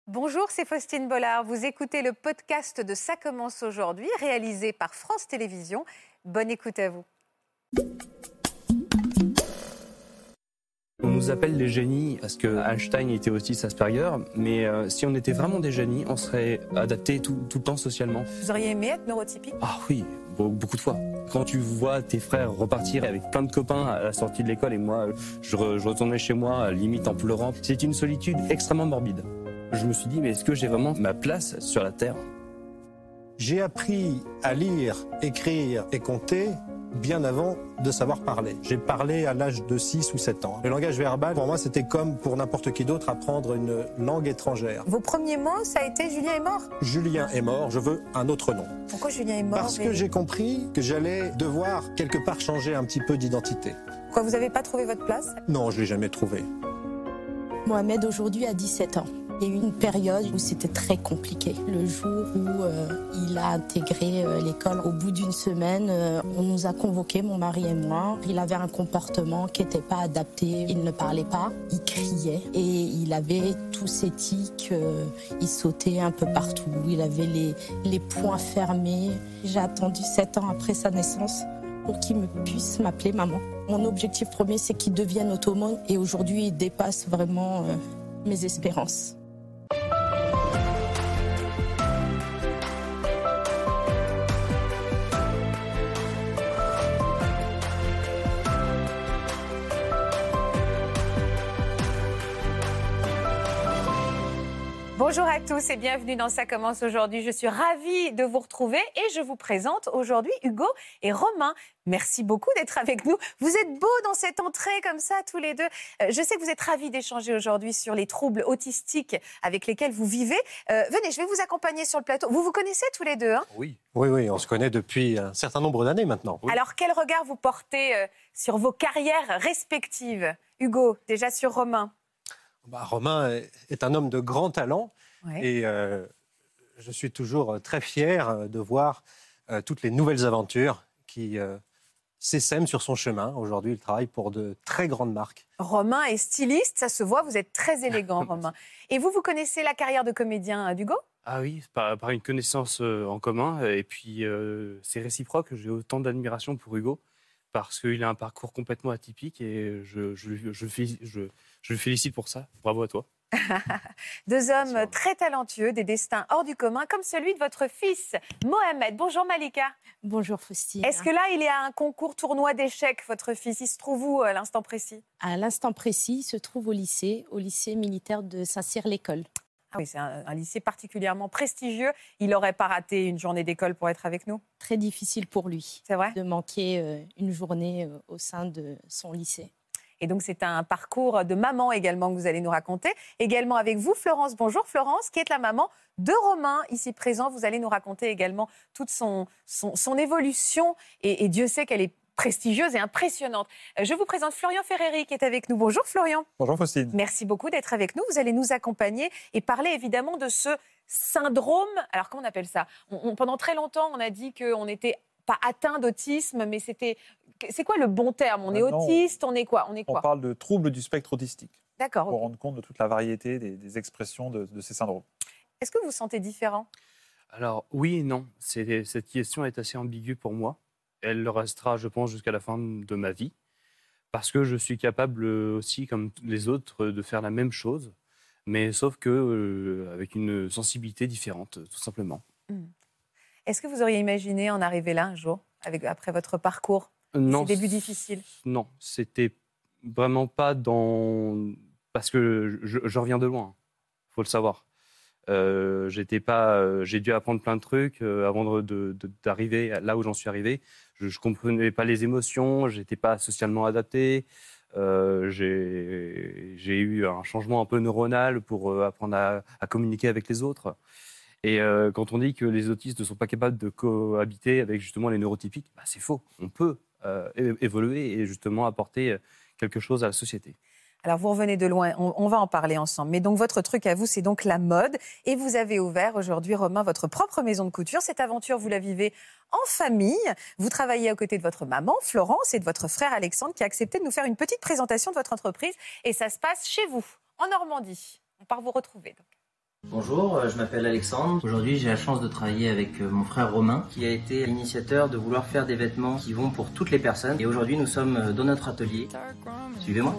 Bonjour, c'est Faustine Bollard. Vous écoutez le podcast de Ça commence aujourd'hui, réalisé par France Télévisions. Bonne écoute à vous. On nous appelle les génies parce que Einstein était autiste Asperger, mais si on était vraiment des génies, on serait adaptés tout le temps socialement. Vous auriez aimé être neurotypique ? Ah oui, beaucoup de fois. Quand tu vois tes frères repartir avec plein de copains à la sortie de l'école et moi, je retournais chez moi limite en pleurant, c'est une solitude extrêmement morbide. Je me suis dit, mais est-ce que j'ai vraiment ma place sur la Terre ? J'ai appris à lire, écrire et compter bien avant de savoir parler. J'ai parlé à l'âge de 6 ou 7 ans. Le langage verbal, pour moi, c'était comme pour n'importe qui d'autre apprendre une langue étrangère. Vos premiers mots, ça a été « Julien est mort ». Julien est mort, je veux un autre nom. Pourquoi Julien est mort ? Parce que j'ai compris que j'allais devoir quelque part changer un petit peu d'identité. Pourquoi vous n'avez pas trouvé votre place ? Non, je ne l'ai jamais trouvé. Mohamed aujourd'hui a 17 ans. Il y a eu une période où c'était très compliqué. Le jour où il a intégré l'école, au bout d'une semaine, on nous a convoqués, mon mari et moi. Il avait un comportement qui n'était pas adapté. Il ne parlait pas, il criait et il avait tous ses tics. Il sautait un peu partout, il avait les poings fermés. J'ai attendu 7 ans après sa naissance pour qu'il puisse m'appeler maman. Mon objectif premier, c'est qu'il devienne autonome et aujourd'hui, il dépasse vraiment mes espérances. Bonjour à tous et bienvenue dans Ça commence aujourd'hui. Je suis ravie de vous retrouver et je vous présente aujourd'hui Hugo et Romain. Merci beaucoup d'être avec nous. Vous êtes beaux dans cette entrée comme ça, tous les deux. Je sais que vous êtes ravis d'échanger aujourd'hui sur les troubles autistiques avec lesquels vous vivez. Venez, je vais vous accompagner sur le plateau. Vous vous connaissez tous les deux, hein ? Oui, on se connaît depuis un certain nombre d'années maintenant. Oui. Alors, quel regard vous portez sur vos carrières respectives ? Hugo, déjà sur Romain. Romain est un homme de grand talent. Ouais. Et je suis toujours très fier de voir toutes les nouvelles aventures qui s'essaiment sur son chemin. Aujourd'hui, il travaille pour de très grandes marques. Romain est styliste, ça se voit, vous êtes très élégant, Romain. Et vous connaissez la carrière de comédien d'Hugo ? Ah oui, par une connaissance en commun, et puis c'est réciproque, j'ai autant d'admiration pour Hugo, parce qu'il a un parcours complètement atypique, et je le félicite pour ça. Bravo à toi. Deux hommes très talentueux, des destins hors du commun, comme celui de votre fils, Mohamed. Bonjour Malika. Bonjour Faustine. Est-ce que là, il est à un concours tournoi d'échecs, votre fils ? Il se trouve où à l'instant précis ? À l'instant précis, il se trouve au lycée militaire de Saint-Cyr-l'École. Ah oui, c'est un lycée particulièrement prestigieux. Il n'aurait pas raté une journée d'école pour être avec nous ? Très difficile pour lui. C'est vrai ? De manquer une journée au sein de son lycée. Et donc, c'est un parcours de maman également que vous allez nous raconter. Également avec vous, Florence. Bonjour Florence, qui est la maman de Romain, ici présent. Vous allez nous raconter également toute son évolution. Et Dieu sait qu'elle est prestigieuse et impressionnante. Je vous présente Florian Ferreri qui est avec nous. Bonjour Florian. Bonjour Faustine. Merci beaucoup d'être avec nous. Vous allez nous accompagner et parler évidemment de ce syndrome. Alors, comment on appelle ça ? Pendant très longtemps, on a dit qu'on n'était pas atteint d'autisme, mais c'est quoi le bon terme ? On est autiste, on est quoi ? On parle de troubles du spectre autistique. D'accord. Pour rendre compte de toute la variété des expressions de ces syndromes. Est-ce que vous vous sentez différent ? Alors, oui et non. Cette question est assez ambiguë pour moi. Elle le restera, je pense, jusqu'à la fin de ma vie. Parce que je suis capable aussi, comme les autres, de faire la même chose. Mais sauf que avec une sensibilité différente, tout simplement. Est-ce que vous auriez imaginé en arriver là un jour, après votre parcours ? Non, ces débuts difficiles ? Non, c'était vraiment pas dans... Parce que je reviens de loin, il faut le savoir. J'ai dû apprendre plein de trucs avant d'arriver là où j'en suis arrivé. Je ne comprenais pas les émotions, je n'étais pas socialement adapté. J'ai eu un changement un peu neuronal pour apprendre à communiquer avec les autres. Et quand on dit que les autistes ne sont pas capables de cohabiter avec justement les neurotypiques, c'est faux. On peut évoluer et justement apporter quelque chose à la société. Alors, vous revenez de loin, on va en parler ensemble. Mais donc, votre truc à vous, c'est donc la mode. Et vous avez ouvert aujourd'hui, Romain, votre propre maison de couture. Cette aventure, vous la vivez en famille. Vous travaillez aux côtés de votre maman, Florence, et de votre frère Alexandre, qui a accepté de nous faire une petite présentation de votre entreprise. Et ça se passe chez vous, en Normandie. On part vous retrouver, donc. Bonjour, je m'appelle Alexandre. Aujourd'hui, j'ai la chance de travailler avec mon frère Romain, qui a été l'initiateur de vouloir faire des vêtements qui vont pour toutes les personnes. Et aujourd'hui, nous sommes dans notre atelier. Suivez-moi.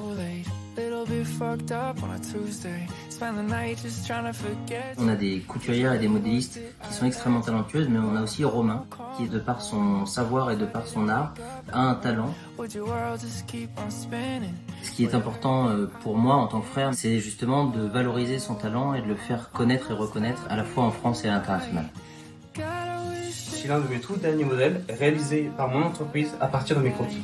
On a des couturières et des modélistes qui sont extrêmement talentueuses, mais on a aussi Romain, qui, de par son savoir et de par son art, a un talent. Ce qui est important pour moi en tant que frère, c'est justement de valoriser son talent et de le faire connaître et reconnaître à la fois en France et à l'international. C'est l'un de mes tout derniers modèles réalisés par mon entreprise à partir de mes croquis.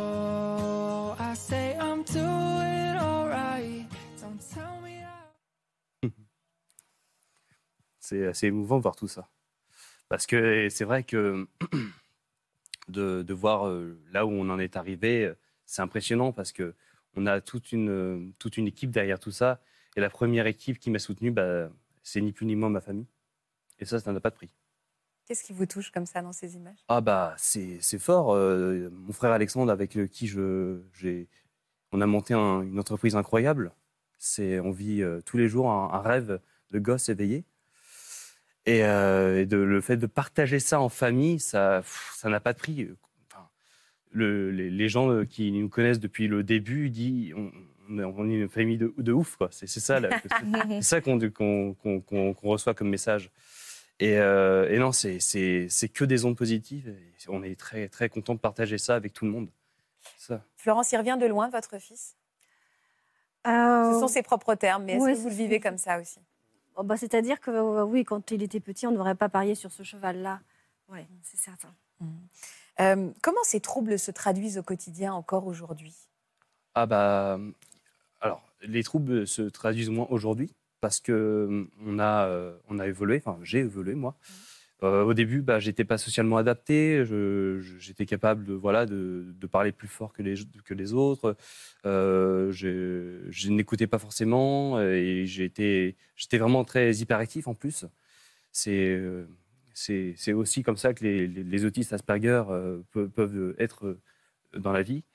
C'est assez émouvant de voir tout ça. Parce que c'est vrai que de voir là où on en est arrivé, c'est impressionnant parce qu'on a toute une équipe derrière tout ça. Et la première équipe qui m'a soutenu, c'est ni plus ni moins ma famille. Et ça n'a pas de prix. Qu'est-ce qui vous touche comme ça dans ces images? C'est fort. Mon frère Alexandre, avec qui on a monté une entreprise incroyable. On vit tous les jours un rêve de gosse éveillé. Et le fait de partager ça en famille, ça n'a pas de prix. Enfin, les gens qui nous connaissent depuis le début disent on est une famille de ouf, quoi. C'est ça, c'est ça qu'on reçoit comme message. Et non, c'est que des ondes positives. Et on est très, très content de partager ça avec tout le monde. Ça. Florence, il revient de loin, votre fils? Ce sont ses propres termes, mais est-ce que vous le vivez comme ça aussi? C'est-à-dire que oui, quand il était petit, on n'aurait pas parié sur ce cheval-là. Oui, c'est certain. Comment ces troubles se traduisent au quotidien encore aujourd'hui? Alors, les troubles se traduisent moins aujourd'hui parce qu'on a évolué, enfin j'ai évolué moi. Au début, j'étais pas socialement adapté, j'étais capable de parler plus fort que les autres. Je n'écoutais pas forcément et j'étais vraiment très hyperactif en plus. C'est aussi comme ça que les autistes Asperger peuvent être dans la vie.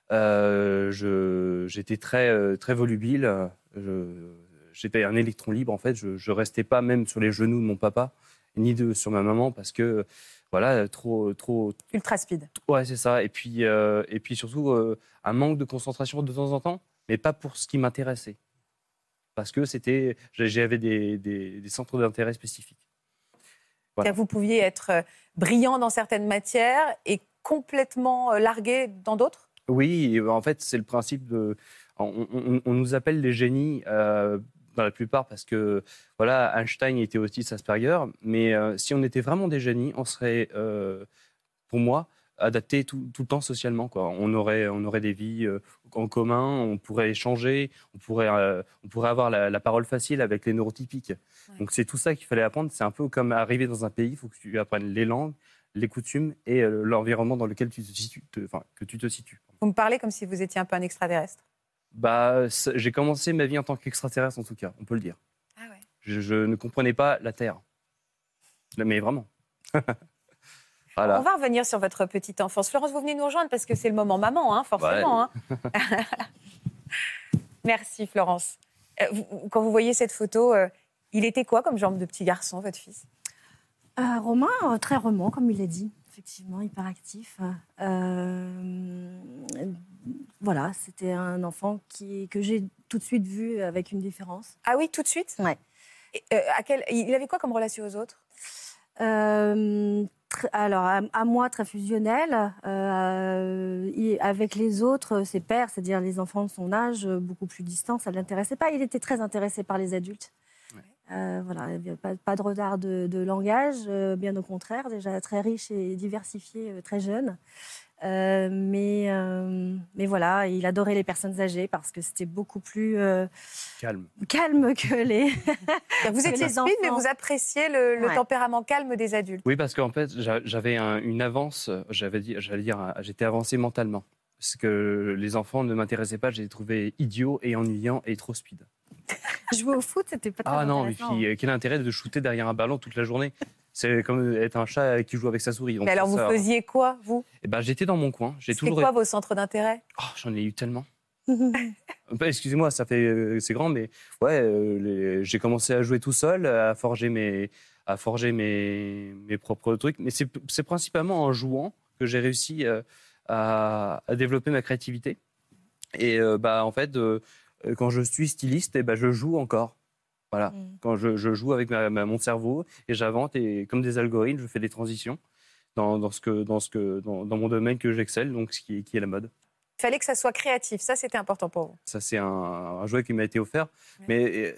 J'étais très, très volubile. J'étais un électron libre en fait. Je restais pas même sur les genoux de mon papa ni sur ma maman parce que trop ultra speed. Ouais, c'est ça. Et puis surtout un manque de concentration de temps en temps, mais pas pour ce qui m'intéressait, parce que j'avais des centres d'intérêt spécifiques. Voilà. Vous pouviez être brillant dans certaines matières et complètement largué dans d'autres. Oui, en fait, c'est le principe de. On nous appelle les génies. Dans la plupart, parce que Einstein était autiste Asperger, mais si on était vraiment des génies, on serait, pour moi, adaptés tout le temps socialement, quoi. On aurait des vies en commun, on pourrait échanger, on pourrait avoir la parole facile avec les neurotypiques. Ouais. Donc c'est tout ça qu'il fallait apprendre. C'est un peu comme arriver dans un pays, il faut que tu apprennes les langues, les coutumes et l'environnement dans lequel tu te situes. Vous me parlez comme si vous étiez un peu un extraterrestre. J'ai commencé ma vie en tant qu'extraterrestre, en tout cas, on peut le dire. Ah ouais. Je ne comprenais pas la Terre. Mais vraiment. Voilà. On va revenir sur votre petite enfance. Florence, vous venez nous rejoindre parce que c'est le moment maman, forcément. Ouais. Merci, Florence. Quand vous voyez cette photo, il était quoi comme genre de petit garçon, votre fils? Romain, très roman, comme il l'a dit. Effectivement, hyperactif. Voilà, c'était un enfant que j'ai tout de suite vu avec une différence. Ah oui, tout de suite? Ouais. Il avait quoi comme relation aux autres? Alors, à moi, très fusionnel. Avec les autres, ses pairs, c'est-à-dire les enfants de son âge, beaucoup plus distants, ça ne l'intéressait pas. Il était très intéressé par les adultes. Ouais. Il n'y avait pas de retard de langage, bien au contraire, déjà très riche et diversifié, très jeune. Mais voilà, il adorait les personnes âgées parce que c'était beaucoup plus calme que les. Vous étiez speed, mais vous appréciez le tempérament calme des adultes. Oui, parce qu'en fait, j'avais une avance. J'étais avancé mentalement. Parce que les enfants ne m'intéressaient pas, je les trouvais idiots et ennuyants et trop speed. Jouer au foot, c'était pas très intéressant. Ah non, mais quel intérêt de shooter derrière un ballon toute la journée? C'est comme être un chat qui joue avec sa souris. Donc mais alors, vous faisiez quoi, vous? J'étais dans mon coin. C'était quoi vos centres d'intérêt? J'en ai eu tellement. Excusez-moi, ça fait c'est grand, mais ouais, j'ai commencé à jouer tout seul, à forger mes propres trucs. Mais c'est principalement en jouant que j'ai réussi à développer ma créativité. Et en fait, quand je suis styliste, je joue encore. Voilà. Quand je joue avec mon cerveau et j'invente, et comme des algorithmes, je fais des transitions dans mon domaine que j'excelle, donc qui est la mode. Il fallait que ça soit créatif, ça c'était important pour vous. Ça, c'est un jouet qui m'a été offert. Ouais. Mais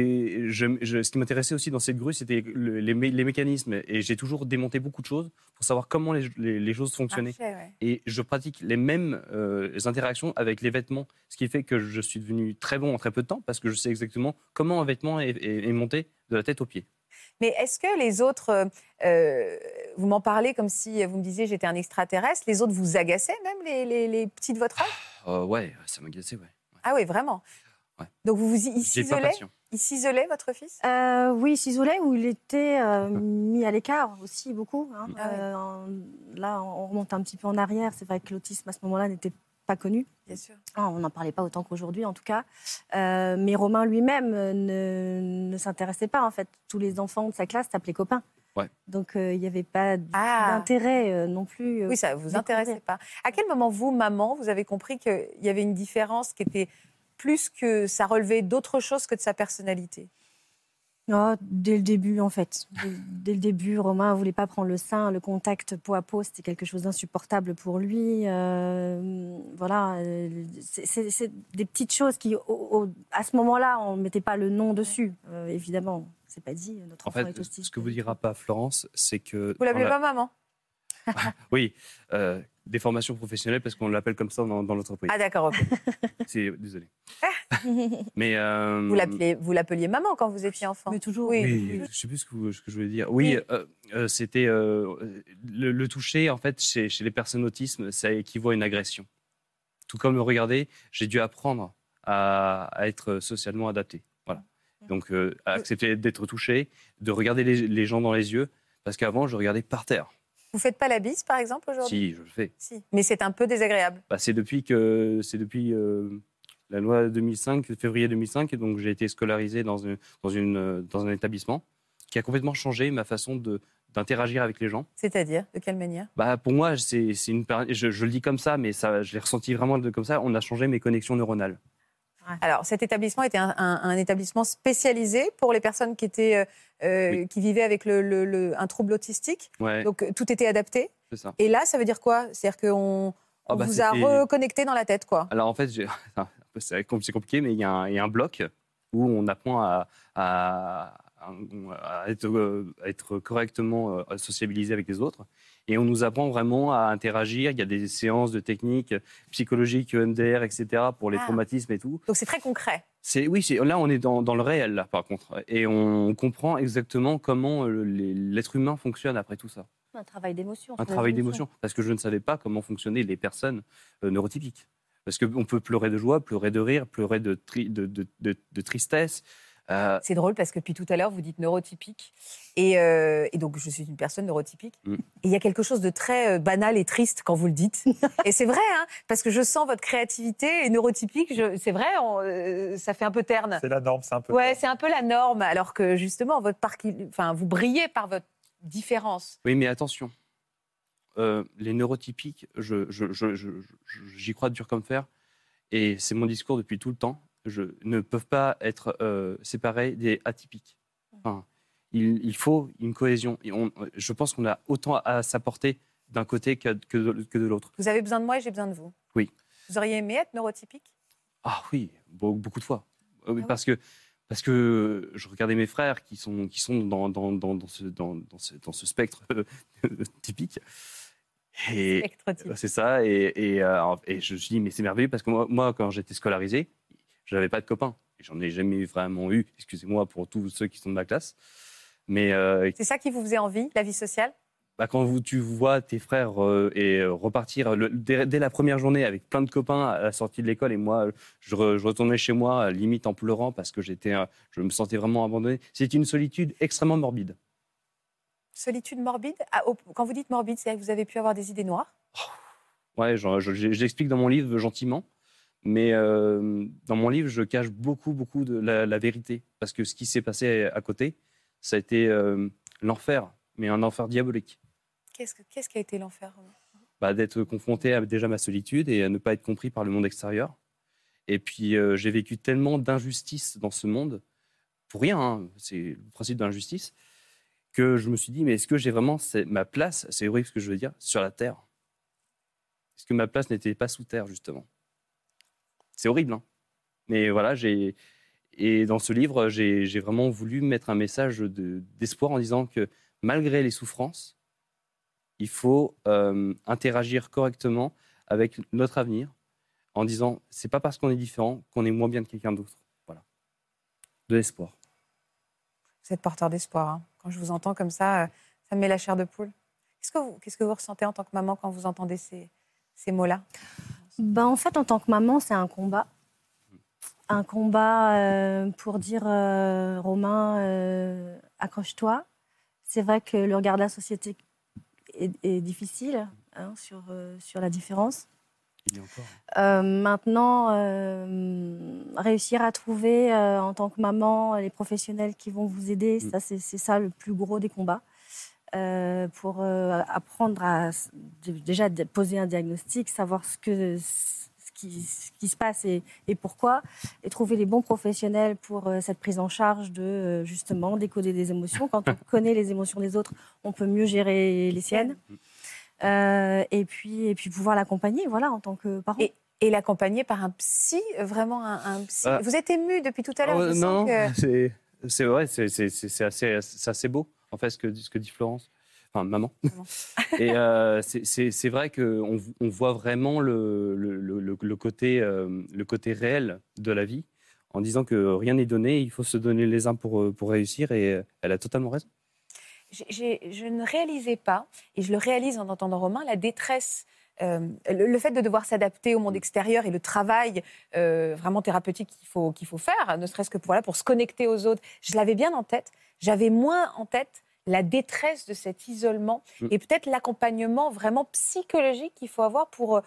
ce qui m'intéressait aussi dans cette grue, c'était les mécanismes. Et j'ai toujours démonté beaucoup de choses pour savoir comment les choses fonctionnaient. Parfait, ouais. Et je pratique les mêmes interactions avec les vêtements. Ce qui fait que je suis devenu très bon en très peu de temps parce que je sais exactement comment un vêtement est monté de la tête aux pieds. Mais est-ce que les autres, vous m'en parlez comme si vous me disiez j'étais un extraterrestre, les autres vous agaçaient même, les petits de votre âge? Ouais, ça m'agaçait, ouais. Ah oui, vraiment? Ouais. Donc vous il s'isolait, votre fils? Oui, il s'isolait ou il était mis à l'écart aussi, beaucoup. Hein. Là, on remonte un petit peu en arrière. C'est vrai que l'autisme, à ce moment-là, n'était pas connu. Bien sûr. On n'en parlait pas autant qu'aujourd'hui, en tout cas. Mais Romain lui-même ne s'intéressait pas, en fait. Tous les enfants de sa classe s'appelaient copains. Ouais. Donc, il n'y avait pas d'intérêt non plus. Oui, ça ne vous intéressait pas. À quel moment, vous, maman, vous avez compris qu'il y avait une différence qui était plus que ça relevait d'autre chose que de sa personnalité? Dès le début, en fait. Dès le début, Romain ne voulait pas prendre le sein. Le contact peau à peau, c'était quelque chose d'insupportable pour lui. Voilà. C'est des petites choses qui, à ce moment-là, on ne mettait pas le nom dessus. Évidemment, c'est pas dit. Notre enfant est autiste. Ce que vous dira pas Florence, c'est que... Vous l'appelez pas maman? Oui. Des formations professionnelles parce qu'on l'appelle comme ça dans l'entreprise. Ah d'accord, ok. Désolé. Mais vous l'appeliez maman quand vous étiez enfant? Mais toujours. Oui. Je ne sais plus ce que je voulais dire. Oui, c'était le toucher, en fait, chez les personnes autistes, ça équivaut à une agression. Tout comme le regarder, j'ai dû apprendre à être socialement adapté. Voilà. Donc, à accepter d'être touché, de regarder les gens dans les yeux, parce qu'avant, je regardais par terre. Vous faites pas la bise, par exemple, aujourd'hui? Si, je le fais. Si. Mais c'est un peu désagréable. C'est depuis la loi 2005, février 2005, et donc j'ai été scolarisé dans un établissement qui a complètement changé ma façon d'interagir avec les gens. C'est-à-dire, de quelle manière? Pour moi, je le dis comme ça, mais je l'ai ressenti vraiment comme ça. On a changé mes connexions neuronales. Alors, cet établissement était un établissement spécialisé pour les personnes qui vivaient avec un trouble autistique. Ouais. Donc, tout était adapté. C'est ça. Et là, ça veut dire quoi? C'est-à-dire qu'on vous a reconnecté dans la tête, quoi. Alors, en fait, c'est compliqué, mais il y a un bloc où on apprend à être correctement sociabilisé avec les autres. Et on nous apprend vraiment à interagir. Il y a des séances de techniques psychologiques, EMDR, etc., pour les traumatismes et tout. Donc c'est très concret. Oui, là, on est dans le réel, là, par contre. Et on comprend exactement comment l'être humain fonctionne après tout ça. Un travail d'émotion. Parce que je ne savais pas comment fonctionnaient les personnes neurotypiques. Parce qu'on peut pleurer de joie, pleurer de rire, pleurer de tristesse. C'est drôle parce que depuis tout à l'heure, vous dites neurotypique. Et donc, je suis une personne neurotypique. Et il y a quelque chose de très banal et triste quand vous le dites. Et c'est vrai, hein, parce que je sens votre créativité. Et neurotypique, c'est vrai, ça fait un peu terne. C'est la norme, c'est un peu terne. C'est un peu la norme. Alors que justement, vous brillez par votre différence. Oui, mais attention. Les neurotypiques, j'y crois dur comme fer. Et c'est mon discours depuis tout le temps. Ne peuvent pas être séparés des atypiques. Enfin, il faut une cohésion. Et je pense qu'on a autant à s'apporter d'un côté que de l'autre. Vous avez besoin de moi et j'ai besoin de vous. Oui. Vous auriez aimé être neurotypique? Ah oui, beaucoup de fois. Parce que je regardais mes frères qui sont dans ce spectre typique. Et c'est ça. Et je me suis dit, mais c'est merveilleux parce que moi quand j'étais scolarisé, je n'avais pas de copains. J'en ai jamais vraiment eu. Excusez-moi pour tous ceux qui sont de ma classe. Mais c'est ça qui vous faisait envie, la vie sociale? Quand tu vois tes frères repartir dès la première journée avec plein de copains à la sortie de l'école, et moi, je retournais chez moi, limite en pleurant parce que je me sentais vraiment abandonné. C'est une solitude extrêmement morbide. Solitude morbide? Quand vous dites morbide, c'est que vous avez pu avoir des idées noires? Ouais, je l'explique dans mon livre gentiment. Mais dans mon livre, je cache beaucoup de la vérité. Parce que ce qui s'est passé à côté, ça a été l'enfer, mais un enfer diabolique. Qu'est-ce qui a été l'enfer, Romain ? D'être confronté à déjà ma solitude et à ne pas être compris par le monde extérieur. Et puis, j'ai vécu tellement d'injustices dans ce monde, pour rien, hein, c'est le principe de l'injustice, que je me suis dit, mais est-ce que j'ai vraiment ma place, c'est horrible ce que je veux dire, sur la terre ? Est-ce que ma place n'était pas sous terre, justement ? C'est horrible, hein. Mais voilà, et dans ce livre, j'ai vraiment voulu mettre un message d'espoir en disant que malgré les souffrances, il faut interagir correctement avec notre avenir en disant c'est pas parce qu'on est différent qu'on est moins bien que quelqu'un d'autre. Voilà. De l'espoir. Vous êtes porteur d'espoir. Hein. Quand je vous entends comme ça me met la chair de poule. Qu'est-ce que vous ressentez en tant que maman quand vous entendez ces mots-là ? En fait, en tant que maman, c'est un combat. Un combat pour dire Romain, accroche-toi. C'est vrai que le regard de la société est difficile sur la différence. Il y a encore. Maintenant, réussir à trouver en tant que maman les professionnels qui vont vous aider, ça, c'est ça le plus gros des combats. Pour apprendre à déjà poser un diagnostic, savoir ce qui se passe et pourquoi, et trouver les bons professionnels pour cette prise en charge de justement décoder des émotions. Quand on connaît les émotions des autres, on peut mieux gérer les siennes. Et puis pouvoir l'accompagner, voilà, en tant que parent. Et l'accompagner par un psy, vraiment un psy. Vous êtes ému depuis tout à l'heure. Non, c'est vrai, c'est assez beau, en fait, ce que dit Florence. Enfin, maman. Et c'est vrai qu'on voit vraiment le côté réel de la vie, en disant que rien n'est donné, il faut se donner les uns pour réussir, et elle a totalement raison. Je ne réalisais pas, et je le réalise en entendant Romain, la détresse, le fait de devoir s'adapter au monde extérieur et le travail vraiment thérapeutique qu'il faut faire, ne serait-ce que pour se connecter aux autres. Je l'avais bien en tête. J'avais moins en tête la détresse de cet isolement et peut-être l'accompagnement vraiment psychologique qu'il faut avoir pour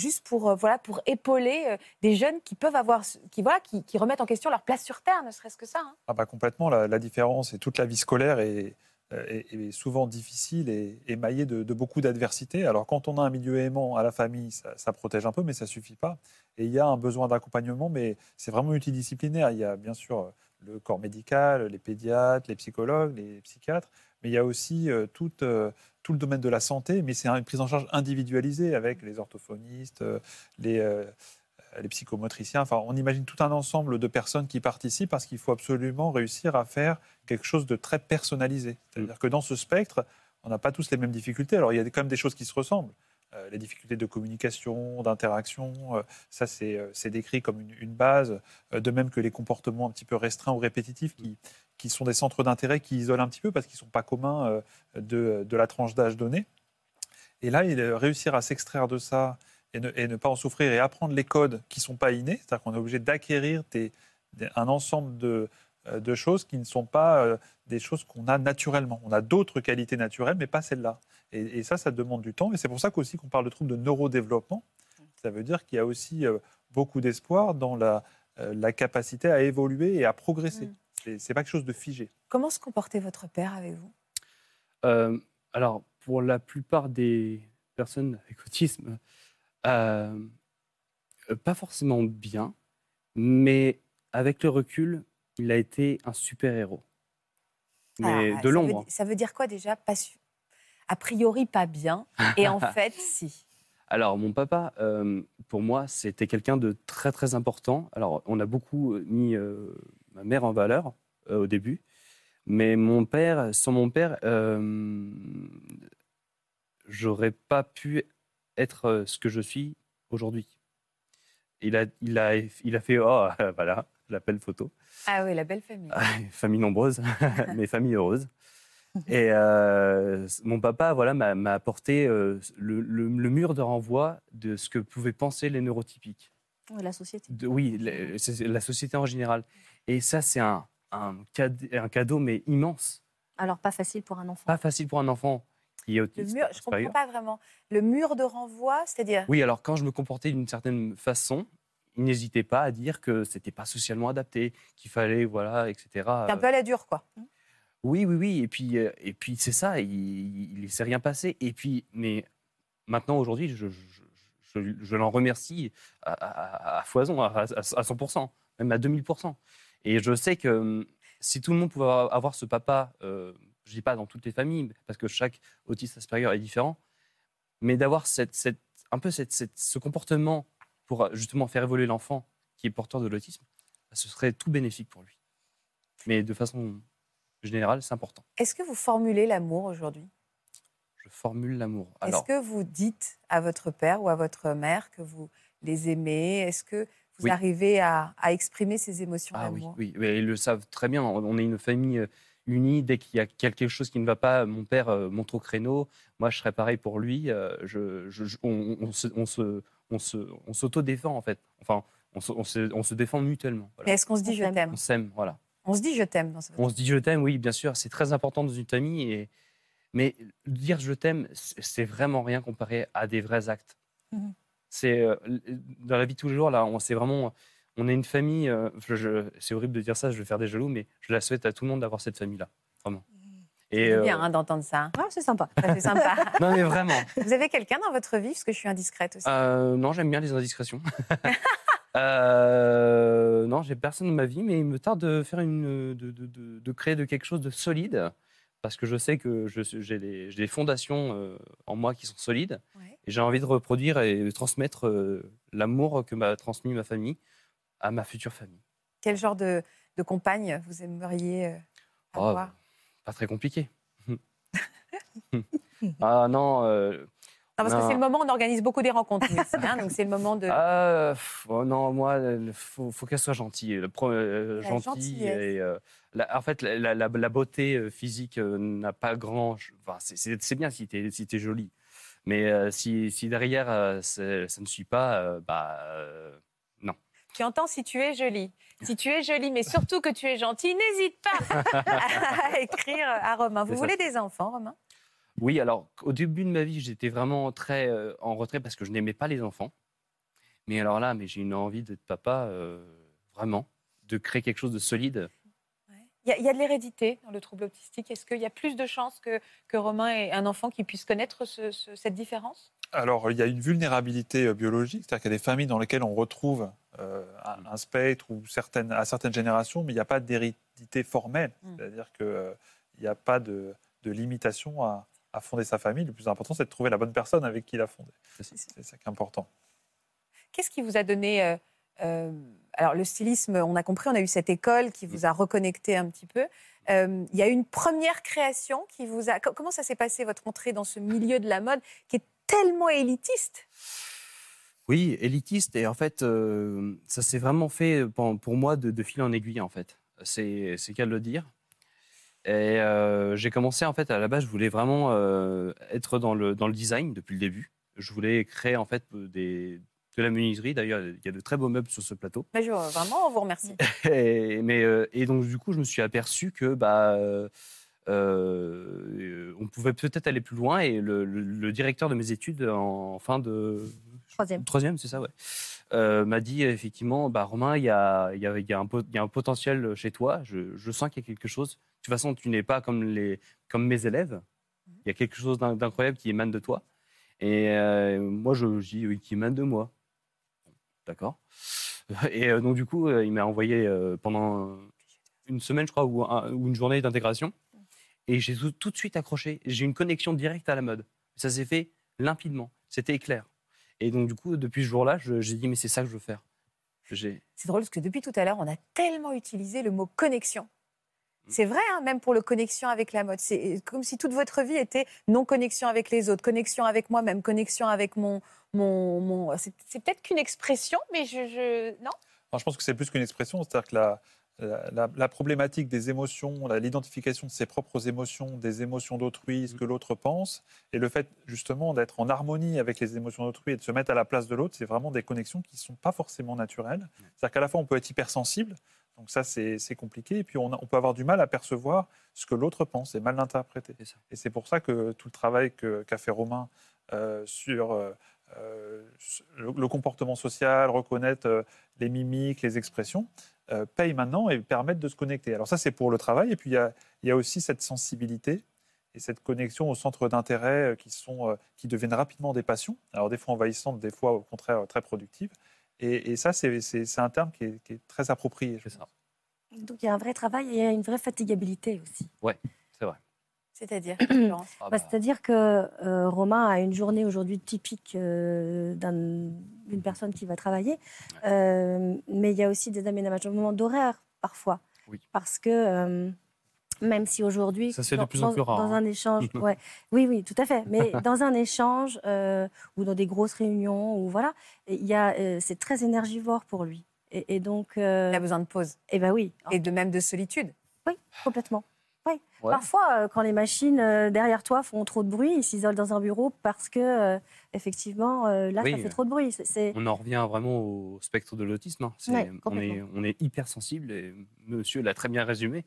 épauler des jeunes qui peuvent qui remettent en question leur place sur Terre, ne serait-ce que ça. Hein. Complètement, la différence, et toute la vie scolaire est souvent difficile et émaillée de beaucoup d'adversités. Alors quand on a un milieu aimant à la famille, ça protège un peu, mais ça ne suffit pas. Et il y a un besoin d'accompagnement, mais c'est vraiment multidisciplinaire. Il y a bien sûr le corps médical, les pédiatres, les psychologues, les psychiatres, mais il y a aussi tout le domaine de la santé, mais c'est une prise en charge individualisée avec les orthophonistes, les psychomotriciens. Enfin, on imagine tout un ensemble de personnes qui participent parce qu'il faut absolument réussir à faire quelque chose de très personnalisé. C'est-à-dire que dans ce spectre, on n'a pas tous les mêmes difficultés. Alors, il y a quand même des choses qui se ressemblent. Les difficultés de communication, d'interaction, ça c'est décrit comme une base, de même que les comportements un petit peu restreints ou répétitifs qui sont des centres d'intérêt qui isolent un petit peu parce qu'ils ne sont pas communs de la tranche d'âge donnée. Et là, réussir à s'extraire de ça et ne pas en souffrir et apprendre les codes qui ne sont pas innés, c'est-à-dire qu'on est obligé d'acquérir un ensemble de choses qui ne sont pas des choses qu'on a naturellement. On a d'autres qualités naturelles, mais pas celles-là. Et ça demande du temps. Et c'est pour ça qu'aussi qu'on parle de troubles de neurodéveloppement. Ça veut dire qu'il y a aussi beaucoup d'espoir dans la capacité à évoluer et à progresser. C'est pas quelque chose de figé. Comment se comportait votre père avec vous ? Alors, pour la plupart des personnes avec autisme, pas forcément bien, mais avec le recul, il a été un super-héros. Mais de l'ombre. Ça veut dire quoi déjà ? A priori, pas bien. Et en fait, si. Alors, mon papa, pour moi, c'était quelqu'un de très, très important. Alors, on a beaucoup mis ma mère en valeur au début. Mais sans mon père, j'aurais pas pu être ce que je suis aujourd'hui. Il a fait, voilà, la belle photo. Ah oui, la belle famille. Famille nombreuse, mais famille heureuse. Et mon papa, voilà, m'a apporté le mur de renvoi de ce que pouvaient penser les neurotypiques. La société. C'est la société en général. Et ça, c'est un cadeau, mais immense. Alors, pas facile pour un enfant. Pas facile pour un enfant qui est autiste. Je ne comprends pas vraiment. Le mur de renvoi, c'est-à-dire ? Oui, alors quand je me comportais d'une certaine façon, il n'hésitait pas à dire que c'était pas socialement adapté, qu'il fallait, voilà, etc. C'est un peu à la dure, quoi. Oui. Et puis c'est ça, il ne s'est rien passé. Et puis, mais maintenant, aujourd'hui, je l'en remercie à foison, à 100%, même à 2000%. Et je sais que si tout le monde pouvait avoir ce papa, je ne dis pas dans toutes les familles, parce que chaque autiste Asperger est différent, mais d'avoir un peu ce comportement pour justement faire évoluer l'enfant qui est porteur de l'autisme, ce serait tout bénéfique pour lui. Mais de façon générale, c'est important. Est-ce que vous formulez l'amour aujourd'hui ? Je formule l'amour. Est-ce que vous dites à votre père ou à votre mère que vous les aimez ? Est-ce que vous Oui. arrivez à exprimer ces émotions d'amour ? Oui, ils le savent très bien. On est une famille unie. Dès qu'il y a quelque chose qui ne va pas, mon père monte au créneau. Moi, je serais pareil pour lui. On s'auto-défend, en fait. Enfin, on se défend mutuellement. Voilà. Mais est-ce qu'on se dit « je t'aime » ? On s'aime, voilà. On se dit « je t'aime » dans ce On se dit « je t'aime », oui, bien sûr. C'est très important dans une famille. Mais dire « je t'aime », c'est vraiment rien comparé à des vrais actes. Mhm. C'est dans la vie de tous les jours, là, on est une famille. C'est horrible de dire ça, je vais faire des jaloux, mais je la souhaite à tout le monde d'avoir cette famille-là, vraiment. Et C'est bien d'entendre ça. Ah, c'est sympa. Ça, c'est sympa. non, mais vraiment. Vous avez quelqu'un dans votre vie ? Parce que je suis indiscrète aussi. Non, j'aime bien les indiscrétions. Non, j'ai personne dans ma vie, mais il me tarde de faire de créer quelque chose de solide, parce que je sais que j'ai des fondations en moi qui sont solides, et j'ai envie de reproduire et de transmettre l'amour que m'a transmis ma famille à ma future famille. Quel genre de compagne vous aimeriez avoir ? Pas très compliqué. Ah non. Non, parce que c'est le moment où on organise beaucoup des rencontres, nous, ici, hein, donc c'est le moment de... Non, moi, faut qu'elle soit gentille. Gentille. Et, en fait, la beauté physique n'a pas grand... Enfin, c'est bien si t'es jolie. Mais si derrière, ça ne suit pas, non. Tu entends, si tu es jolie. Si tu es jolie, mais surtout que tu es gentille, n'hésite pas à écrire à Romain. Vous voulez des enfants, Romain ? Oui, alors au début de ma vie, j'étais vraiment très en retrait parce que je n'aimais pas les enfants. Mais alors là, j'ai une envie d'être papa, vraiment, de créer quelque chose de solide. Il y a de l'hérédité dans le trouble autistique. Est-ce qu'il y a plus de chances que Romain ait un enfant qui puisse connaître cette différence ? Alors, il y a une vulnérabilité biologique, c'est-à-dire qu'il y a des familles dans lesquelles on retrouve un spectre ou à certaines générations, mais il n'y a pas d'hérédité formelle. C'est-à-dire qu'il n'y a pas de limitation à fonder sa famille. Le plus important, c'est de trouver la bonne personne avec qui la fonder. C'est ça qui est important. Qu'est-ce qui vous a donné... alors, le stylisme, on a compris, on a eu cette école qui vous a reconnecté un petit peu. Il y a eu une première création qui vous a... Comment ça s'est passé, votre entrée dans ce milieu de la mode qui est tellement élitiste ? Oui, élitiste. Et en fait, ça s'est vraiment fait pour moi de fil en aiguille, en fait. C'est qu'à le dire. Et j'ai commencé, en fait, à la base, je voulais vraiment être dans le design depuis le début. Je voulais créer, en fait, de la menuiserie. D'ailleurs, il y a de très beaux meubles sur ce plateau. Mais vraiment, on vous remercie. Et donc, du coup, je me suis aperçu que on pouvait peut-être aller plus loin. Et le directeur de mes études en fin de... Troisième, c'est ça, ouais. M'a dit, effectivement, Romain, il y a un potentiel chez toi. Je sens qu'il y a quelque chose. De toute façon, tu n'es pas comme mes élèves. Il y a quelque chose d'incroyable qui émane de toi. Et moi, je dis oui, qui émane de moi. D'accord. Et donc, du coup, il m'a envoyé pendant une semaine, je crois, ou une journée d'intégration. Et j'ai tout de suite accroché. J'ai une connexion directe à la mode. Ça s'est fait limpidement. C'était clair. Et donc, du coup, depuis ce jour-là, j'ai dit, mais c'est ça que je veux faire. C'est drôle parce que depuis tout à l'heure, on a tellement utilisé le mot connexion. C'est vrai, hein, même pour le connexion avec la mode. C'est comme si toute votre vie était non-connexion avec les autres, connexion avec moi-même, connexion avec mon... C'est peut-être qu'une expression, mais non ? Alors, je pense que c'est plus qu'une expression. C'est-à-dire que la problématique des émotions, l'identification de ses propres émotions, des émotions d'autrui, ce que l'autre pense, et le fait justement d'être en harmonie avec les émotions d'autrui et de se mettre à la place de l'autre, c'est vraiment des connexions qui ne sont pas forcément naturelles. C'est-à-dire qu'à la fois, on peut être hypersensible, donc ça, c'est compliqué, et puis on peut avoir du mal à percevoir ce que l'autre pense et mal l'interpréter. Et c'est pour ça que tout le travail qu'a fait Romain sur le comportement social, reconnaître les mimiques, les expressions, payent maintenant et permettent de se connecter. Alors ça, c'est pour le travail. Et puis, il y a aussi cette sensibilité et cette connexion aux centres d'intérêt qui deviennent rapidement des passions. Alors des fois envahissantes, des fois au contraire très productives. Et ça, c'est un terme qui est très approprié. C'est ça. Donc il y a un vrai travail et il y a une vraie fatigabilité aussi. Ouais, c'est vrai. C'est-à-dire C'est-à-dire que Romain a une journée aujourd'hui typique d'une personne qui va travailler, mais il y a aussi des aménagements d'horaire parfois. Oui. Parce que même si aujourd'hui, ça c'est de plus en plus rare. Dans un échange, oui, tout à fait. Mais dans un échange ou dans des grosses réunions, ou voilà, c'est très énergivore pour lui. Et donc, il a besoin de pause. Et ben oui. Et de même de solitude. Oui, complètement. Oui. Ouais. Parfois, quand les machines derrière toi font trop de bruit, ils s'isolent dans un bureau parce que, effectivement, ça fait trop de bruit. On en revient vraiment au spectre de l'autisme. Hein. On est hypersensible, et monsieur l'a très bien résumé.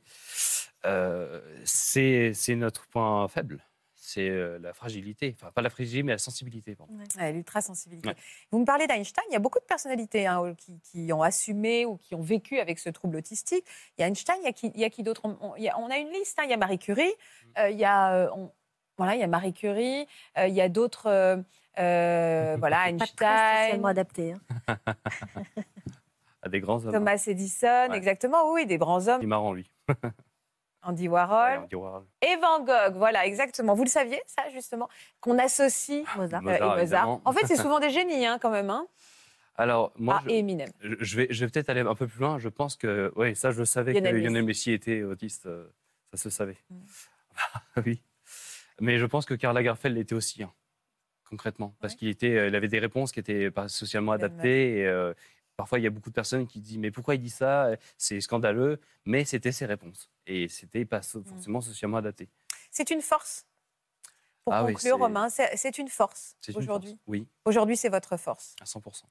C'est notre point faible. C'est la fragilité. Enfin, pas la fragilité, mais la sensibilité. L'ultra-sensibilité. Ouais. Vous me parlez d'Einstein. Il y a beaucoup de personnalités qui ont assumé ou qui ont vécu avec ce trouble autistique. Il y a Einstein, il y a qui d'autre on a une liste. Il y a Marie Curie. Il y a Marie Curie. Il y a d'autres... Einstein. Pas très spécialement adapté. À des grands hommes. Thomas Edison, exactement. Oui, des grands hommes. Il est marrant, lui. Andy Warhol. Andy Warhol. Et Van Gogh, voilà, exactement. Vous le saviez, ça, justement, qu'on associe Mozart. En fait, c'est souvent des génies, quand même. Hein. Alors, moi, et Eminem. Je vais peut-être aller un peu plus loin. Je pense que, ça, je savais que Lionel Messi était autiste. Ça se savait. Oui. Mais je pense que Karl Lagerfeld l'était aussi, concrètement. Parce qu'il avait des réponses qui n'étaient pas socialement adaptées. Et, parfois, il y a beaucoup de personnes qui disent « Mais pourquoi il dit ça ? C'est scandaleux. » Mais c'était ses réponses. Et ce n'était pas forcément socialement adapté. C'est une force. Pour conclure, Romain, c'est une force aujourd'hui. Oui. Aujourd'hui, c'est votre force. À 100%.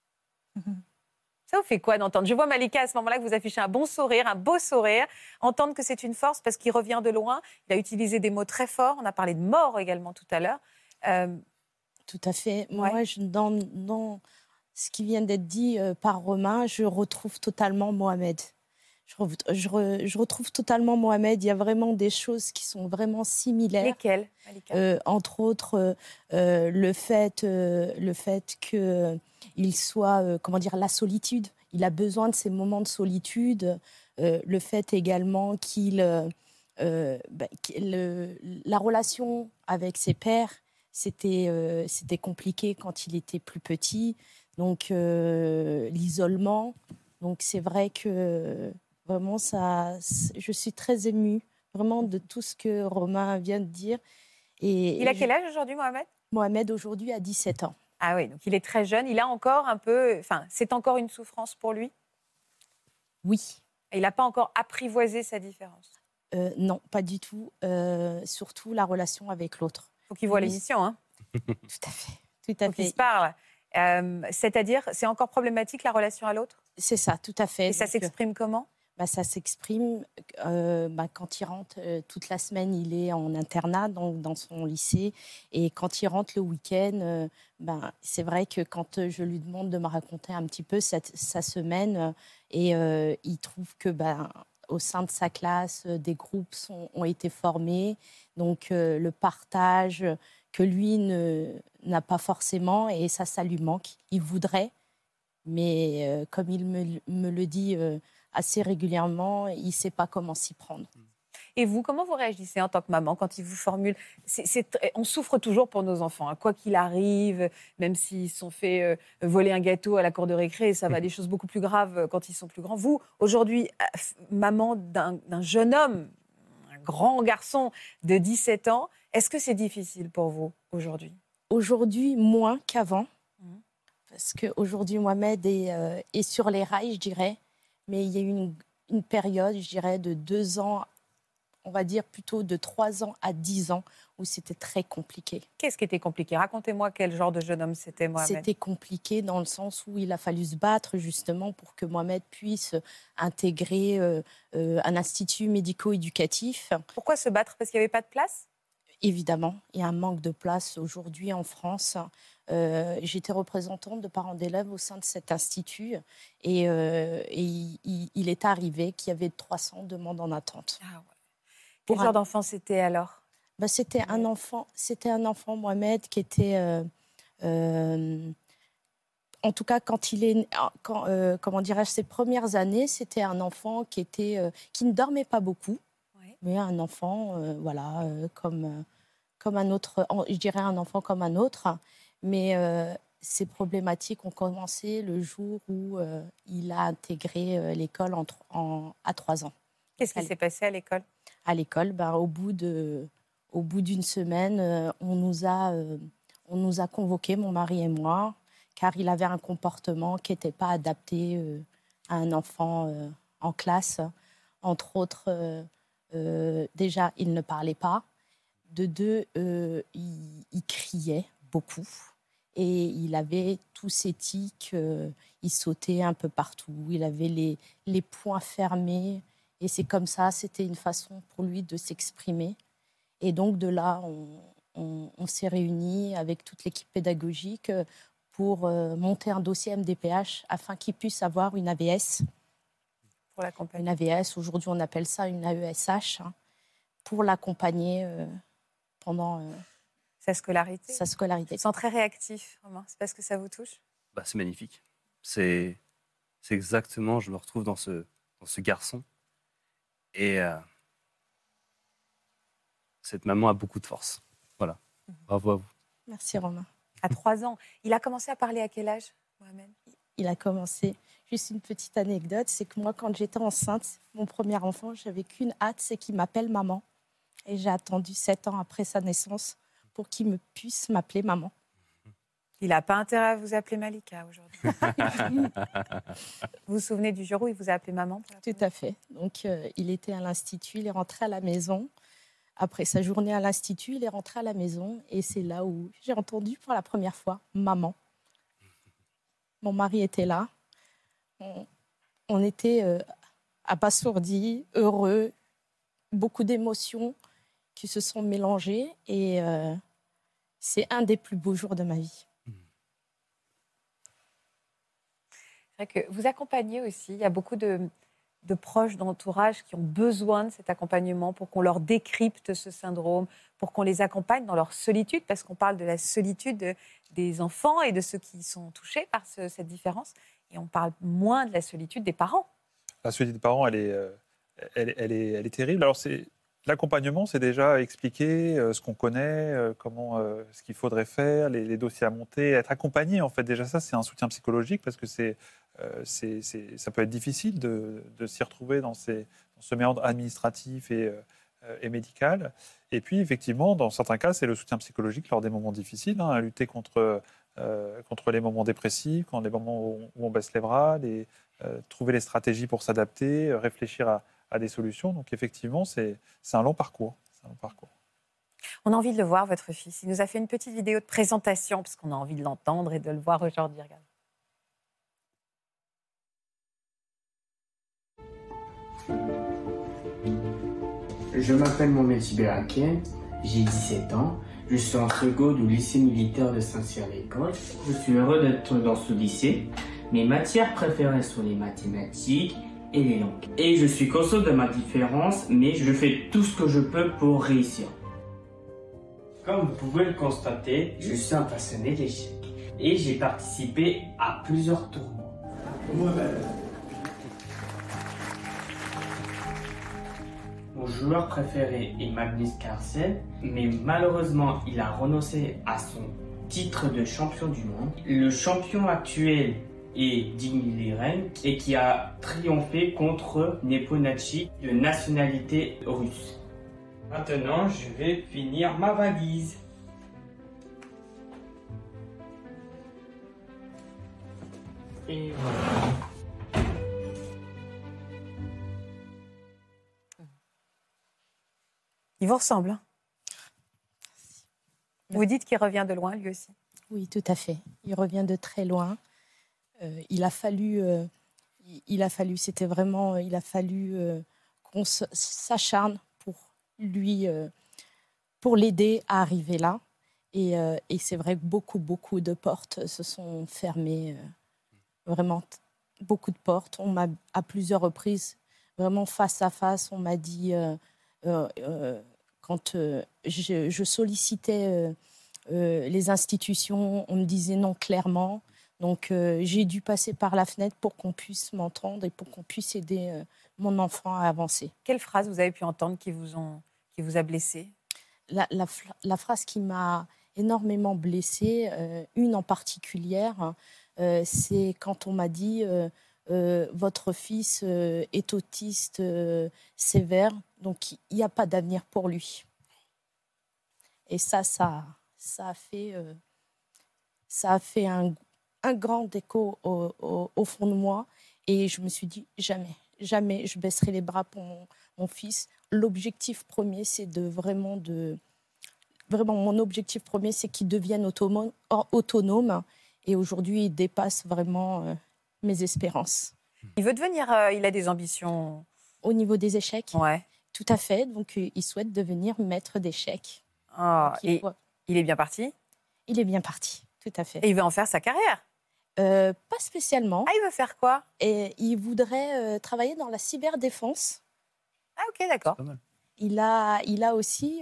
Ça vous fait quoi d'entendre ? Je vois Malika à ce moment-là que vous affichez un bon sourire, un beau sourire. Entendre que c'est une force parce qu'il revient de loin. Il a utilisé des mots très forts. On a parlé de mort également tout à l'heure. Tout à fait. Moi, dans ce qui vient d'être dit par Romain, je retrouve totalement Mohamed. Je retrouve totalement Mohamed. Il y a vraiment des choses qui sont vraiment similaires. Lesquelles, Malika ? Entre autres, le fait qu'il soit, la solitude. Il a besoin de ces moments de solitude. Le fait également la relation avec ses pères, c'était compliqué quand il était plus petit. Donc, l'isolement. Donc, c'est vrai que vraiment, je suis très émue vraiment de tout ce que Romain vient de dire. Il a quel âge aujourd'hui, Mohamed ? Mohamed, aujourd'hui, a 17 ans. Ah oui, donc il est très jeune. Il a encore un peu... Enfin, c'est encore une souffrance pour lui ? Oui. Et il n'a pas encore apprivoisé sa différence ? Non, pas du tout. Surtout la relation avec l'autre. Il faut qu'il voit l'émission, hein ? Tout à fait. Tout à fait. Qu'il se parle. C'est-à-dire, c'est encore problématique la relation à l'autre ? C'est ça, tout à fait. Et ça s'exprime comment ? Ça s'exprime quand il rentre toute la semaine, il est en internat donc dans son lycée. Et quand il rentre le week-end, c'est vrai que quand je lui demande de me raconter un petit peu sa semaine, il trouve que au sein de sa classe, des groupes ont été formés. Donc le partage que lui n'a pas forcément, et ça lui manque. Il voudrait, mais comme il me le dit assez régulièrement, il ne sait pas comment s'y prendre. Et vous, comment vous réagissez en tant que maman quand ils vous formulent ? On souffre toujours pour nos enfants, quoi qu'il arrive, même s'ils se sont fait voler un gâteau à la cour de récré, ça va des choses beaucoup plus graves quand ils sont plus grands. Vous, aujourd'hui, maman d'un jeune homme, un grand garçon de 17 ans, est-ce que c'est difficile pour vous aujourd'hui ? Aujourd'hui, moins qu'avant. Parce qu'aujourd'hui, Mohamed est sur les rails, je dirais. Mais il y a eu une période, je dirais, de 2 ans, on va dire plutôt de 3 ans à 10 ans, où c'était très compliqué. Qu'est-ce qui était compliqué ? Racontez-moi quel genre de jeune homme c'était, Mohamed. C'était compliqué dans le sens où il a fallu se battre justement pour que Mohamed puisse intégrer un institut médico-éducatif. Pourquoi se battre ? Parce qu'il n'y avait pas de place ? Évidemment, il y a un manque de place aujourd'hui en France. J'étais représentante de parents d'élèves au sein de cet institut et il est arrivé qu'il y avait 300 demandes en attente. Ah ouais. Quel genre d'enfant c'était alors? C'était un enfant, Mohamed, qui était... en tout cas, comment dirais-je, ses premières années, c'était un enfant qui ne dormait pas beaucoup, mais un enfant, comme un autre, je dirais un enfant comme un autre. Mais ces problématiques ont commencé le jour où il a intégré l'école à 3 ans. Qu'est-ce qui s'est passé à l'école? À l'école, au bout d'une semaine, on nous a convoqués, mon mari et moi, car il avait un comportement qui n'était pas adapté à un enfant en classe. Entre autres, déjà, il ne parlait pas. De deux, il criait beaucoup. Et il avait tous ses tics, il sautait un peu partout, il avait les poings fermés. Et c'est comme ça, c'était une façon pour lui de s'exprimer. Et donc, de là, on s'est réunis avec toute l'équipe pédagogique pour monter un dossier MDPH afin qu'il puisse avoir une AVS. Pour l'accompagner. Une AVS, aujourd'hui on appelle ça une AESH, pour l'accompagner pendant sa scolarité. Je sens très réactif, Romain. C'est parce que ça vous touche? C'est magnifique. C'est exactement, je me retrouve dans ce garçon. Et cette maman a beaucoup de force. Voilà. Bravo à vous. Merci Romain. À 3 ans. Il a commencé à parler à quel âge, Mohamed? Il a commencé, juste une petite anecdote, c'est que moi, quand j'étais enceinte, mon premier enfant, j'avais qu'une hâte, c'est qu'il m'appelle maman. Et j'ai attendu 7 ans après sa naissance pour qu'il puisse m'appeler maman. Il n'a pas intérêt à vous appeler Malika aujourd'hui. Vous vous souvenez du jour où il vous a appelé maman? Tout à fait. Donc, il était à l'institut, il est rentré à la maison. Après sa journée à l'institut, il est rentré à la maison et c'est là où j'ai entendu pour la première fois « maman ». Mon mari était là. On était abasourdis, heureux, beaucoup d'émotions qui se sont mélangées et c'est un des plus beaux jours de ma vie. C'est vrai que vous accompagnez aussi, il y a beaucoup de proches, d'entourage qui ont besoin de cet accompagnement pour qu'on leur décrypte ce syndrome, pour qu'on les accompagne dans leur solitude, parce qu'on parle de la solitude des enfants et de ceux qui sont touchés par cette différence, et on parle moins de la solitude des parents. La solitude des parents, elle est terrible. Alors, l'accompagnement, c'est déjà expliquer ce qu'on connaît, ce qu'il faudrait faire, les dossiers à monter, être accompagné. En fait, déjà ça, c'est un soutien psychologique parce que ça peut être difficile de s'y retrouver dans ce méandre administratif et médical. Et puis, effectivement, dans certains cas, c'est le soutien psychologique lors des moments difficiles, à lutter contre les moments dépressifs, les moments où on baisse les bras, trouver les stratégies pour s'adapter, réfléchir à des solutions. Donc, effectivement, c'est un long parcours. On a envie de le voir, votre fils. Il nous a fait une petite vidéo de présentation, parce qu'on a envie de l'entendre et de le voir aujourd'hui. Regarde. Je m'appelle Mohamed Siberaké, j'ai 17 ans. Je suis en seconde au lycée militaire de Saint-Cyr-l'École. Je suis heureux d'être dans ce lycée. Mes matières préférées sont les mathématiques et les langues. Et je suis conscient de ma différence, mais je fais tout ce que je peux pour réussir. Comme vous pouvez le constater, je suis un passionné d'échecs. Et j'ai participé à plusieurs tournois. Mon joueur préféré est Magnus Carlsen, mais malheureusement, il a renoncé à son titre de champion du monde. Le champion actuel est Dimi Liren et qui a triomphé contre Neponachi de nationalité russe. Maintenant, je vais finir ma valise. Et voilà. Il vous ressemble, hein? Vous dites qu'il revient de loin, lui aussi? Oui, tout à fait. Il revient de très loin. Il a fallu qu'on s'acharne pour lui, pour l'aider à arriver là. Et c'est vrai que beaucoup de portes se sont fermées. Vraiment, beaucoup de portes. On m'a, à plusieurs reprises, vraiment face à face, on m'a dit, quand je sollicitais les institutions, on me disait non clairement. Donc, j'ai dû passer par la fenêtre pour qu'on puisse m'entendre et pour qu'on puisse aider mon enfant à avancer. Quelle phrase vous avez pu entendre qui vous a blessé? La phrase qui m'a énormément blessée, une en particulier, c'est quand on m'a dit votre fils est autiste sévère, donc il n'y a pas d'avenir pour lui. Et ça a fait un grand écho au fond de moi. Et je me suis dit, jamais je baisserai les bras pour mon fils. L'objectif premier, c'est vraiment mon objectif premier, c'est qu'il devienne autonome. Et aujourd'hui, il dépasse vraiment mes espérances. Il veut devenir, il a des ambitions. Au niveau des échecs, Ouais. tout à fait. Donc, il souhaite devenir maître d'échecs. Ah, et il est bien parti? Il est bien parti, tout à fait. Et il veut en faire sa carrière? Pas spécialement. Ah, il veut faire quoi? Et il voudrait travailler dans la cyberdéfense. Ah, ok, d'accord. Il a aussi,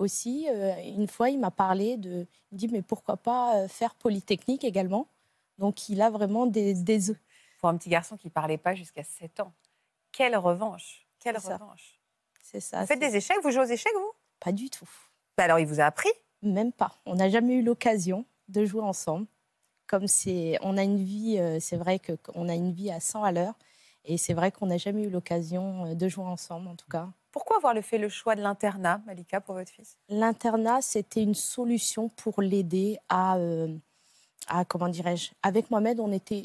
une fois, il m'a parlé il me dit, mais pourquoi pas faire Polytechnique également. Donc, il a vraiment des... Pour un petit garçon qui ne parlait pas jusqu'à 7 ans. Quelle revanche! Quelle revanche! C'est ça. Vous faites des échecs? Vous jouez aux échecs, vous? Pas du tout. Bah alors, il vous a appris? Même pas. On n'a jamais eu l'occasion de jouer ensemble. Comme on a une vie, c'est vrai qu'on a une vie à 100 à l'heure. Et c'est vrai qu'on n'a jamais eu l'occasion de jouer ensemble, en tout cas. Pourquoi avoir fait le choix de l'internat, Malika, pour votre fils? L'internat, c'était une solution pour l'aider à comment dirais-je, avec Mohamed, on était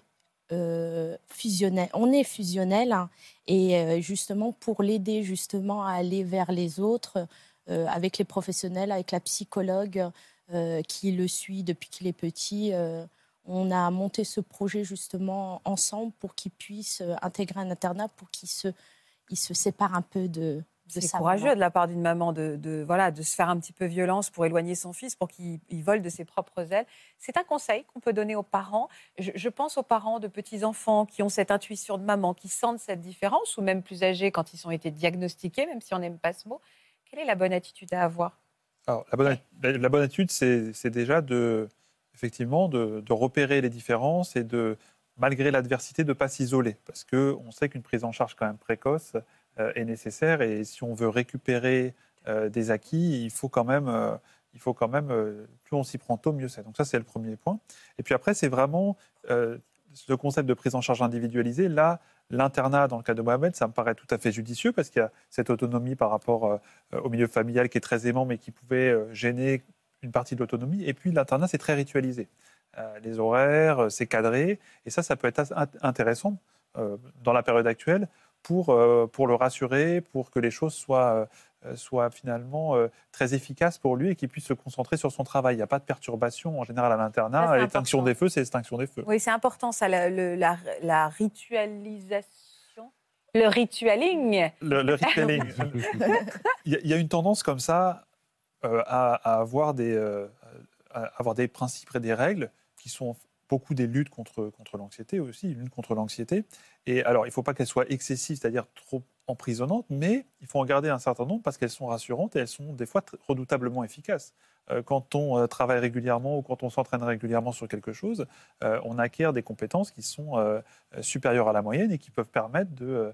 fusionnels. On est fusionnels, hein, et justement pour l'aider justement à aller vers les autres, avec les professionnels, avec la psychologue qui le suit depuis qu'il est petit. On a monté ce projet justement ensemble pour qu'il puisse intégrer un internat, pour qu'il se sépare un peu de C'est courageux de la part d'une maman de se faire un petit peu violence pour éloigner son fils, pour qu'il vole de ses propres ailes. C'est un conseil qu'on peut donner aux parents. Je pense aux parents de petits-enfants qui ont cette intuition de maman, qui sentent cette différence, ou même plus âgés quand ils ont été diagnostiqués, même si on n'aime pas ce mot. Quelle est la bonne attitude à avoir? Alors, la bonne attitude, c'est déjà effectivement de repérer les différences et malgré l'adversité, de ne pas s'isoler. Parce qu'on sait qu'une prise en charge quand même précoce est nécessaire. Et si on veut récupérer des acquis, il faut quand même, plus on s'y prend tôt, mieux c'est. Donc ça, c'est le premier point. Et puis après, c'est vraiment ce concept de prise en charge individualisée. Là, l'internat, dans le cas de Mohamed, ça me paraît tout à fait judicieux parce qu'il y a cette autonomie par rapport au milieu familial qui est très aimant, mais qui pouvait gêner une partie de l'autonomie. Et puis l'internat, c'est très ritualisé. Les horaires, c'est cadré. Et ça peut être intéressant dans la période actuelle pour le rassurer, pour que les choses soient finalement très efficaces pour lui et qu'il puisse se concentrer sur son travail. Il n'y a pas de perturbation en général à l'internat. L'extinction des feux, c'est l'extinction des feux. Oui, c'est important ça, la ritualisation. Le ritualing. Le ritualing. Il y a une tendance comme ça à avoir des principes et des règles qui sont beaucoup des luttes contre l'anxiété aussi, une lutte contre l'anxiété. Et alors, il ne faut pas qu'elles soient excessives, c'est-à-dire trop emprisonnantes, mais il faut en garder un certain nombre parce qu'elles sont rassurantes et elles sont des fois redoutablement efficaces. Quand on travaille régulièrement ou quand on s'entraîne régulièrement sur quelque chose, on acquiert des compétences qui sont supérieures à la moyenne et qui peuvent permettre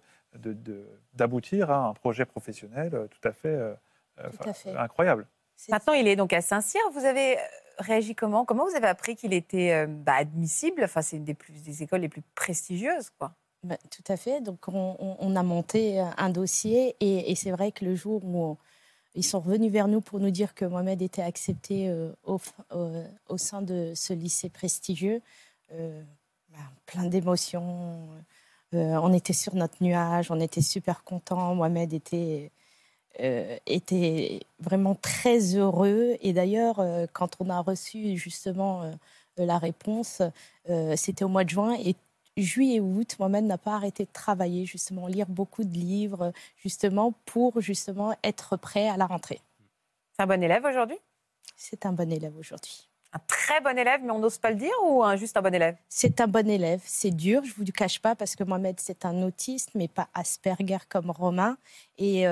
d'aboutir à un projet professionnel tout à fait incroyable. Maintenant, il est donc à Saint-Cyr. Vous avez réagi comment? Comment vous avez appris qu'il était admissible? Enfin, c'est une des écoles les plus prestigieuses, quoi. Tout à fait. Donc, on a monté un dossier et c'est vrai que le jour où ils sont revenus vers nous pour nous dire que Mohamed était accepté au sein de ce lycée prestigieux, plein d'émotions. On était sur notre nuage, on était super contents. Mohamed était vraiment très heureux. Et d'ailleurs, quand on a reçu justement la réponse, c'était au mois de juin. Et juillet et août, Mohamed n'a pas arrêté de travailler, justement, lire beaucoup de livres, justement, pour justement être prêt à la rentrée. C'est un bon élève aujourd'hui? C'est un bon élève aujourd'hui. Un très bon élève, mais on n'ose pas le dire, ou juste un bon élève? C'est un bon élève. C'est dur, je ne vous le cache pas, parce que Mohamed, c'est un autiste, mais pas Asperger comme Romain. Et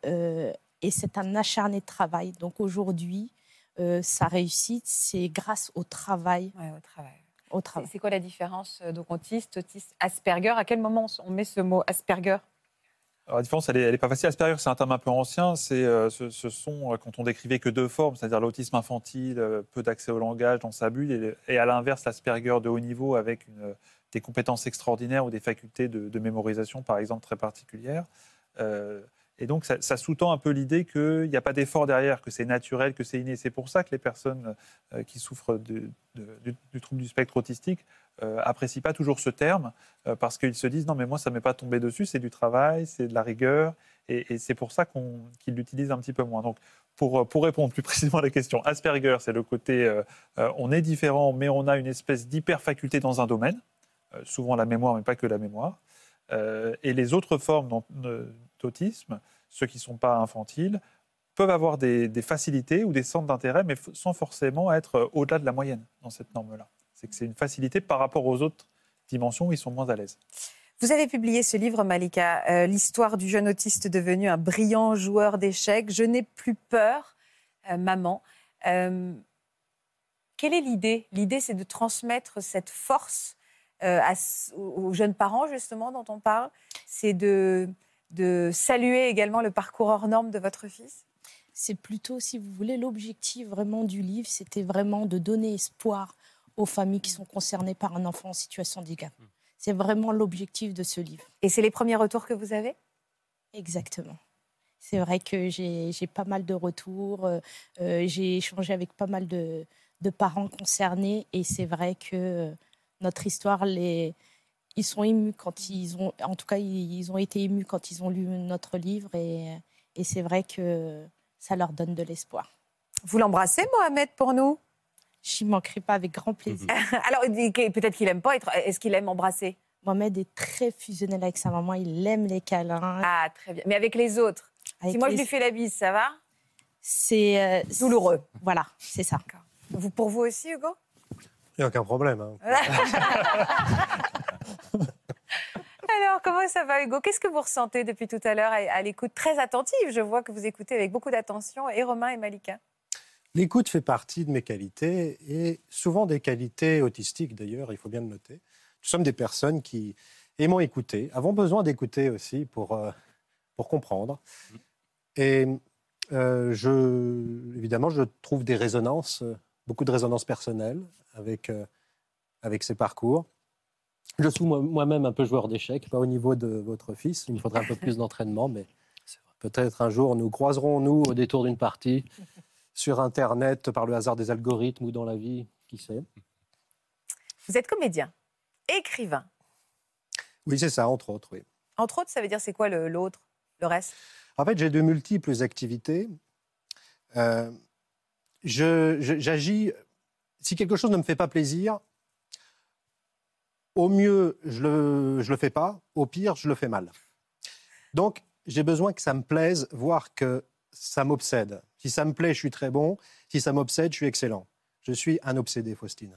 c'est un acharné de travail. Donc aujourd'hui, sa réussite, c'est grâce au travail. Ouais, au travail. Au travail. C'est quoi la différence, donc autiste, Asperger? À quel moment on met ce mot Asperger? Alors, la différence, elle est pas facile. Asperger, c'est un terme un peu ancien. Ce sont, quand on décrivait que deux formes, c'est-à-dire l'autisme infantile, peu d'accès au langage dans sa bulle, et à l'inverse, l'Asperger de haut niveau avec des compétences extraordinaires ou des facultés de mémorisation, par exemple, très particulières. Et donc, ça sous-tend un peu l'idée qu'il n'y a pas d'effort derrière, que c'est naturel, que c'est inné. C'est pour ça que les personnes qui souffrent du trouble du spectre autistique apprécient pas toujours ce terme, parce qu'ils se disent « Non, mais moi, ça ne m'est pas tombé dessus, c'est du travail, c'est de la rigueur. » Et c'est pour ça qu'ils l'utilisent un petit peu moins. Donc, pour répondre plus précisément à la question, Asperger, c'est le côté on est différent, mais on a une espèce d'hyper-faculté dans un domaine, souvent la mémoire, mais pas que la mémoire. Et les autres formes d'autisme, ceux qui ne sont pas infantiles, peuvent avoir des facilités ou des centres d'intérêt, mais sans forcément être au-delà de la moyenne dans cette norme-là. C'est que c'est une facilité par rapport aux autres dimensions où ils sont moins à l'aise. Vous avez publié ce livre, Malika, l'histoire du jeune autiste devenu un brillant joueur d'échecs. Je n'ai plus peur, maman. Quelle est l'idée? L'idée, c'est de transmettre cette force aux jeunes parents, justement, dont on parle. C'est de saluer également le parcours hors norme de votre fils. C'est plutôt, si vous voulez, l'objectif vraiment du livre, c'était vraiment de donner espoir aux familles qui sont concernées par un enfant en situation de handicap. C'est vraiment l'objectif de ce livre. Et c'est les premiers retours que vous avez? Exactement. C'est vrai que j'ai pas mal de retours. J'ai échangé avec pas mal de parents concernés. Et c'est vrai que notre histoire, ils sont émus quand ils ont... En tout cas, ils ont été émus quand ils ont lu notre livre. Et c'est vrai que ça leur donne de l'espoir. Vous l'embrassez, Mohamed, pour nous? Je n'y manquerai pas, avec grand plaisir. Alors, peut-être qu'il n'aime pas être... Est-ce qu'il aime embrasser? Mohamed est très fusionnel avec sa maman. Il aime les câlins. Ah, très bien. Mais avec les autres? Si moi, je lui fais la bise, ça va? C'est douloureux. Voilà, c'est ça. Pour vous aussi, Hugo? Il n'y a aucun problème. Hein. Alors, comment ça va, Hugo? Qu'est-ce que vous ressentez depuis tout à l'heure à l'écoute très attentive? Je vois que vous écoutez avec beaucoup d'attention, et Romain et Malika. L'écoute fait partie de mes qualités, et souvent des qualités autistiques d'ailleurs, il faut bien le noter. Nous sommes des personnes qui aimons écouter, avons besoin d'écouter aussi pour comprendre. Et évidemment, je trouve des résonances, beaucoup de résonances personnelles avec ces parcours. Je suis moi-même un peu joueur d'échecs, pas au niveau de votre fils. Il me faudrait un peu plus d'entraînement, mais peut-être un jour nous croiserons-nous au détour d'une partie, sur Internet, par le hasard des algorithmes ou dans la vie, qui sait. Vous êtes comédien, écrivain. Oui, c'est ça, entre autres, oui. Entre autres, ça veut dire c'est quoi l'autre, le reste? En fait, j'ai de multiples activités. J'agis... Si quelque chose ne me fait pas plaisir, au mieux, je le fais pas. Au pire, je le fais mal. Donc, j'ai besoin que ça me plaise, voire que ça m'obsède. Si ça me plaît, je suis très bon. Si ça m'obsède, je suis excellent. Je suis un obsédé, Faustine.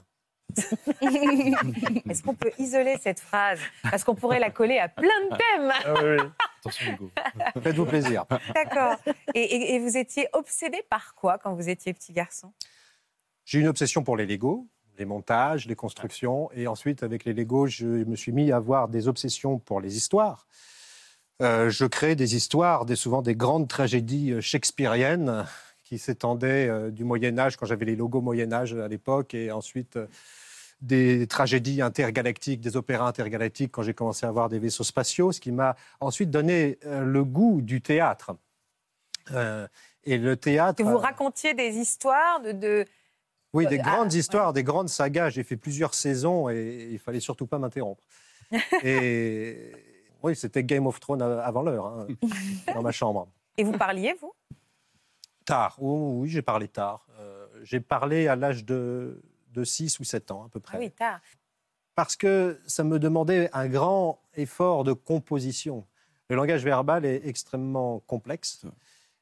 Est-ce qu'on peut isoler cette phrase? Parce qu'on pourrait la coller à plein de thèmes. Ah oui. Attention, Hugo. Faites-vous plaisir. D'accord. Et vous étiez obsédé par quoi quand vous étiez petit garçon? J'ai une obsession pour les Legos, les montages, les constructions. Et ensuite, avec les Legos, je me suis mis à avoir des obsessions pour les histoires. Je crée des histoires, souvent des grandes tragédies shakespeariennes qui s'étendaient du Moyen-Âge, quand j'avais les logos Moyen-Âge à l'époque, et ensuite des tragédies intergalactiques, des opéras intergalactiques quand j'ai commencé à avoir des vaisseaux spatiaux, ce qui m'a ensuite donné le goût du théâtre. Et le théâtre... Que vous racontiez des histoires Oui, des grandes histoires, des grandes sagas. J'ai fait plusieurs saisons et il ne fallait surtout pas m'interrompre. Et oui, c'était Game of Thrones avant l'heure, hein, dans ma chambre. Et vous parliez, vous? Tard, oui, j'ai parlé tard. J'ai parlé à l'âge de 6 ou 7 ans, à peu près. Ah oui, tard. Parce que ça me demandait un grand effort de composition. Le langage verbal est extrêmement complexe.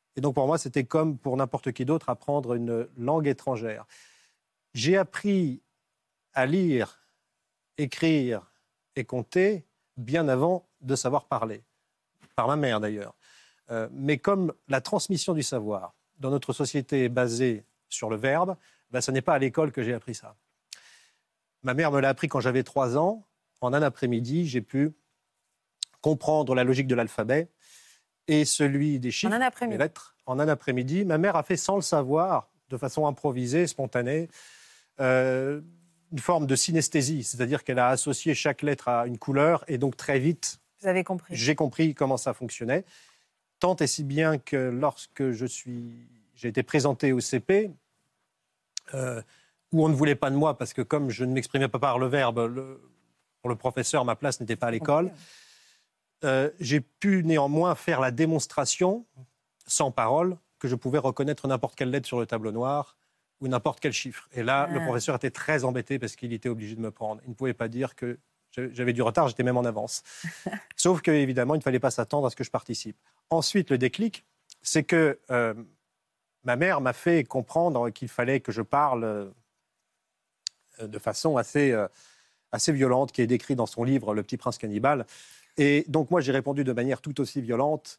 Et donc pour moi, c'était comme pour n'importe qui d'autre apprendre une langue étrangère. J'ai appris à lire, écrire et compter bien avant de savoir parler, par ma mère d'ailleurs. Mais comme la transmission du savoir dans notre société est basée sur le verbe, ce n'est pas à l'école que j'ai appris ça. Ma mère me l'a appris quand j'avais 3 ans. En un après-midi, j'ai pu comprendre la logique de l'alphabet et celui des chiffres, des lettres. En un après-midi, ma mère a fait sans le savoir, de façon improvisée, spontanée, une forme de synesthésie, c'est-à-dire qu'elle a associé chaque lettre à une couleur et donc très vite, vous avez compris. J'ai compris comment ça fonctionnait. Tant et si bien que lorsque j'ai été présenté au CP, où on ne voulait pas de moi, parce que comme je ne m'exprimais pas par le verbe, pour le professeur, ma place n'était pas à l'école, j'ai pu néanmoins faire la démonstration, sans parole, que je pouvais reconnaître n'importe quelle lettre sur le tableau noir ou n'importe quel chiffre. Et là, le professeur était très embêté parce qu'il était obligé de me prendre. Il ne pouvait pas dire que j'avais du retard, j'étais même en avance. Sauf qu'évidemment, il ne fallait pas s'attendre à ce que je participe. Ensuite, le déclic, c'est que ma mère m'a fait comprendre qu'il fallait que je parle de façon assez violente, qui est décrite dans son livre « Le petit prince cannibale ». Et donc moi, j'ai répondu de manière tout aussi violente.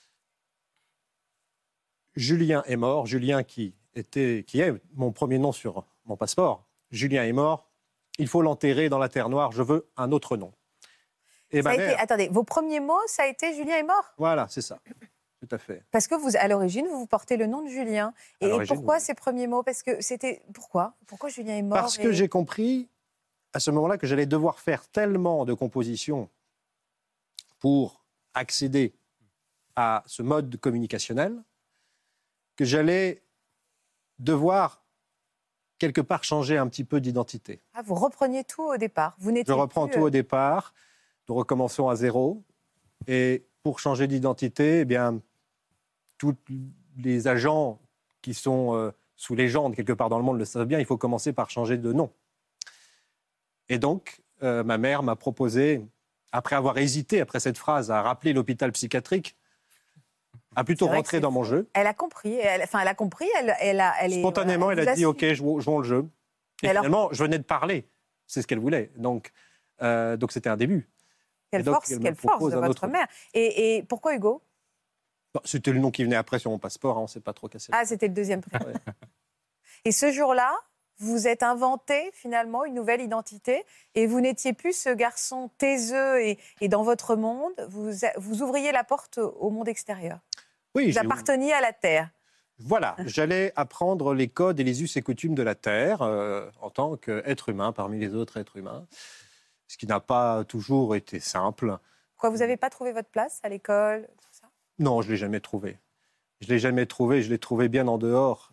Julien est mort. Julien qui est mon premier nom sur mon passeport. Julien est mort. Il faut l'enterrer dans la terre noire. Je veux un autre nom. Et Attendez, vos premiers mots, ça a été Julien est mort ? Voilà, c'est ça. Tout à fait. Parce que à l'origine, vous portez le nom de Julien. Et pourquoi ces premiers mots ? Parce que pourquoi Julien est mort ? Parce que j'ai compris à ce moment-là que j'allais devoir faire tellement de compositions pour accéder à ce mode communicationnel que j'allais devoir quelque part changer un petit peu d'identité. Ah, vous repreniez tout au départ. Je reprends tout au départ. Nous recommençons à zéro. Et pour changer d'identité, eh bien, tous les agents qui sont sous légende quelque part dans le monde le savent bien, il faut commencer par changer de nom. Et donc, ma mère m'a proposé, après avoir hésité, après cette phrase, à rappeler l'hôpital psychiatrique, a plutôt rentré dans mon jeu. Elle a compris. Elle a compris. Spontanément, elle a dit « OK, jouons le jeu ». Et finalement, je venais de parler. C'est ce qu'elle voulait. Donc c'était un début. Quelle force de votre mère. Et pourquoi Hugo ? C'était le nom qui venait après sur mon passeport. On ne s'est pas trop cassé. Ah, c'était le deuxième prénom. Ouais. Et ce jour-là, vous êtes inventé finalement une nouvelle identité et vous n'étiez plus ce garçon taiseux et dans votre monde. Vous ouvriez la porte au monde extérieur. Oui, vous apparteniez à la Terre. Voilà, j'allais apprendre les codes et les us et coutumes de la Terre en tant qu'être humain parmi les autres êtres humains, ce qui n'a pas toujours été simple. Pourquoi vous n'avez pas trouvé votre place à l'école, tout ça ? Non, je ne l'ai jamais trouvé. Je l'ai trouvé bien en dehors.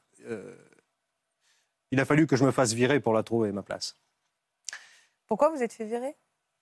Il a fallu que je me fasse virer pour la trouver, ma place. Pourquoi vous êtes fait virer ?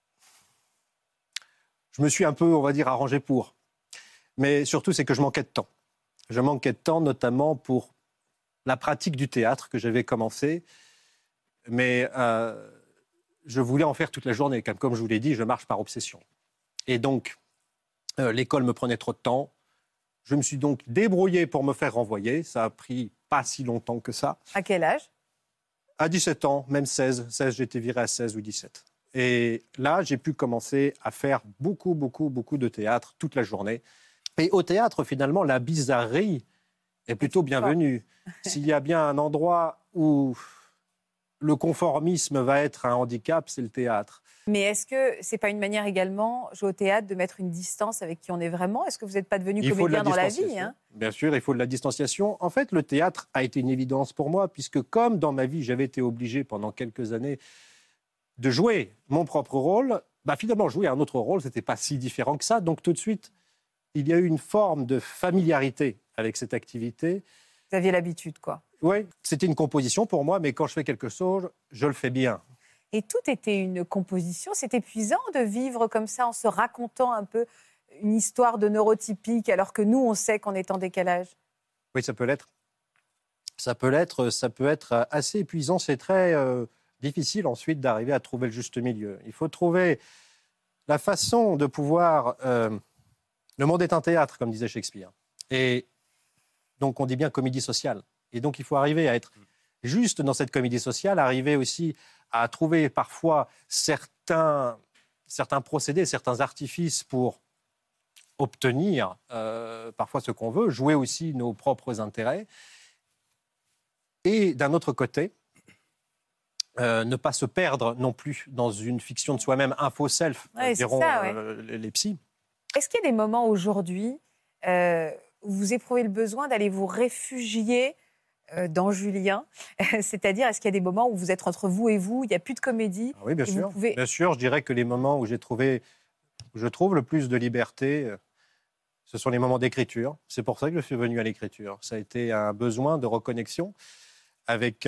Je me suis un peu, on va dire, arrangé pour. Mais surtout, c'est que je manquais de temps. Je manquais de temps, notamment pour la pratique du théâtre que j'avais commencé. Mais je voulais en faire toute la journée. Comme je vous l'ai dit, je marche par obsession. Et donc, l'école me prenait trop de temps. Je me suis donc débrouillé pour me faire renvoyer. Ça a pris pas si longtemps que ça. À quel âge ? À 17 ans, même 16. J'ai été viré à 16 ou 17. Et là, j'ai pu commencer à faire beaucoup de théâtre toute la journée. Et au théâtre, finalement, la bizarrerie est plutôt bienvenue. S'il y a bien un endroit où le conformisme va être un handicap, c'est le théâtre. Mais est-ce que ce n'est pas une manière également, jouer au théâtre, de mettre une distance avec qui on est vraiment ? Est-ce que vous n'êtes pas devenu comédien dans la vie, hein ? Bien sûr, il faut de la distanciation. En fait, le théâtre a été une évidence pour moi, puisque comme dans ma vie, j'avais été obligé pendant quelques années de jouer mon propre rôle, finalement, jouer un autre rôle, ce n'était pas si différent que ça. Donc tout de suite, il y a eu une forme de familiarité avec cette activité. Vous aviez l'habitude, quoi. Oui, c'était une composition pour moi, mais quand je fais quelque chose, je le fais bien. Et tout était une composition. C'est épuisant de vivre comme ça en se racontant un peu une histoire de neurotypique alors que nous, on sait qu'on est en décalage. Oui, ça peut l'être. Ça peut être assez épuisant. C'est très difficile ensuite d'arriver à trouver le juste milieu. Il faut trouver la façon de pouvoir... le monde est un théâtre, comme disait Shakespeare. Et Donc, on dit bien comédie sociale. Et donc, il faut arriver à être juste dans cette comédie sociale, arriver aussi à trouver parfois certains procédés, certains artifices pour obtenir parfois ce qu'on veut, jouer aussi nos propres intérêts. Et d'un autre côté, ne pas se perdre non plus dans une fiction de soi-même, un faux self, diront les psys. Est-ce qu'il y a des moments aujourd'hui où vous éprouvez le besoin d'aller vous réfugier dans Julien? C'est-à-dire, est-ce qu'il y a des moments où vous êtes entre vous et vous, il n'y a plus de comédie? Oui, bien sûr. Bien sûr, je dirais que les moments où je trouve le plus de liberté, ce sont les moments d'écriture. C'est pour ça que je suis venu à l'écriture. Ça a été un besoin de reconnexion avec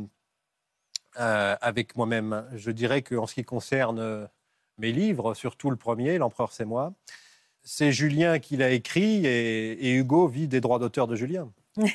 moi-même. Je dirais qu'en ce qui concerne mes livres, surtout le premier, L'Empereur c'est moi, c'est Julien qui l'a écrit et Hugo vit des droits d'auteur de Julien.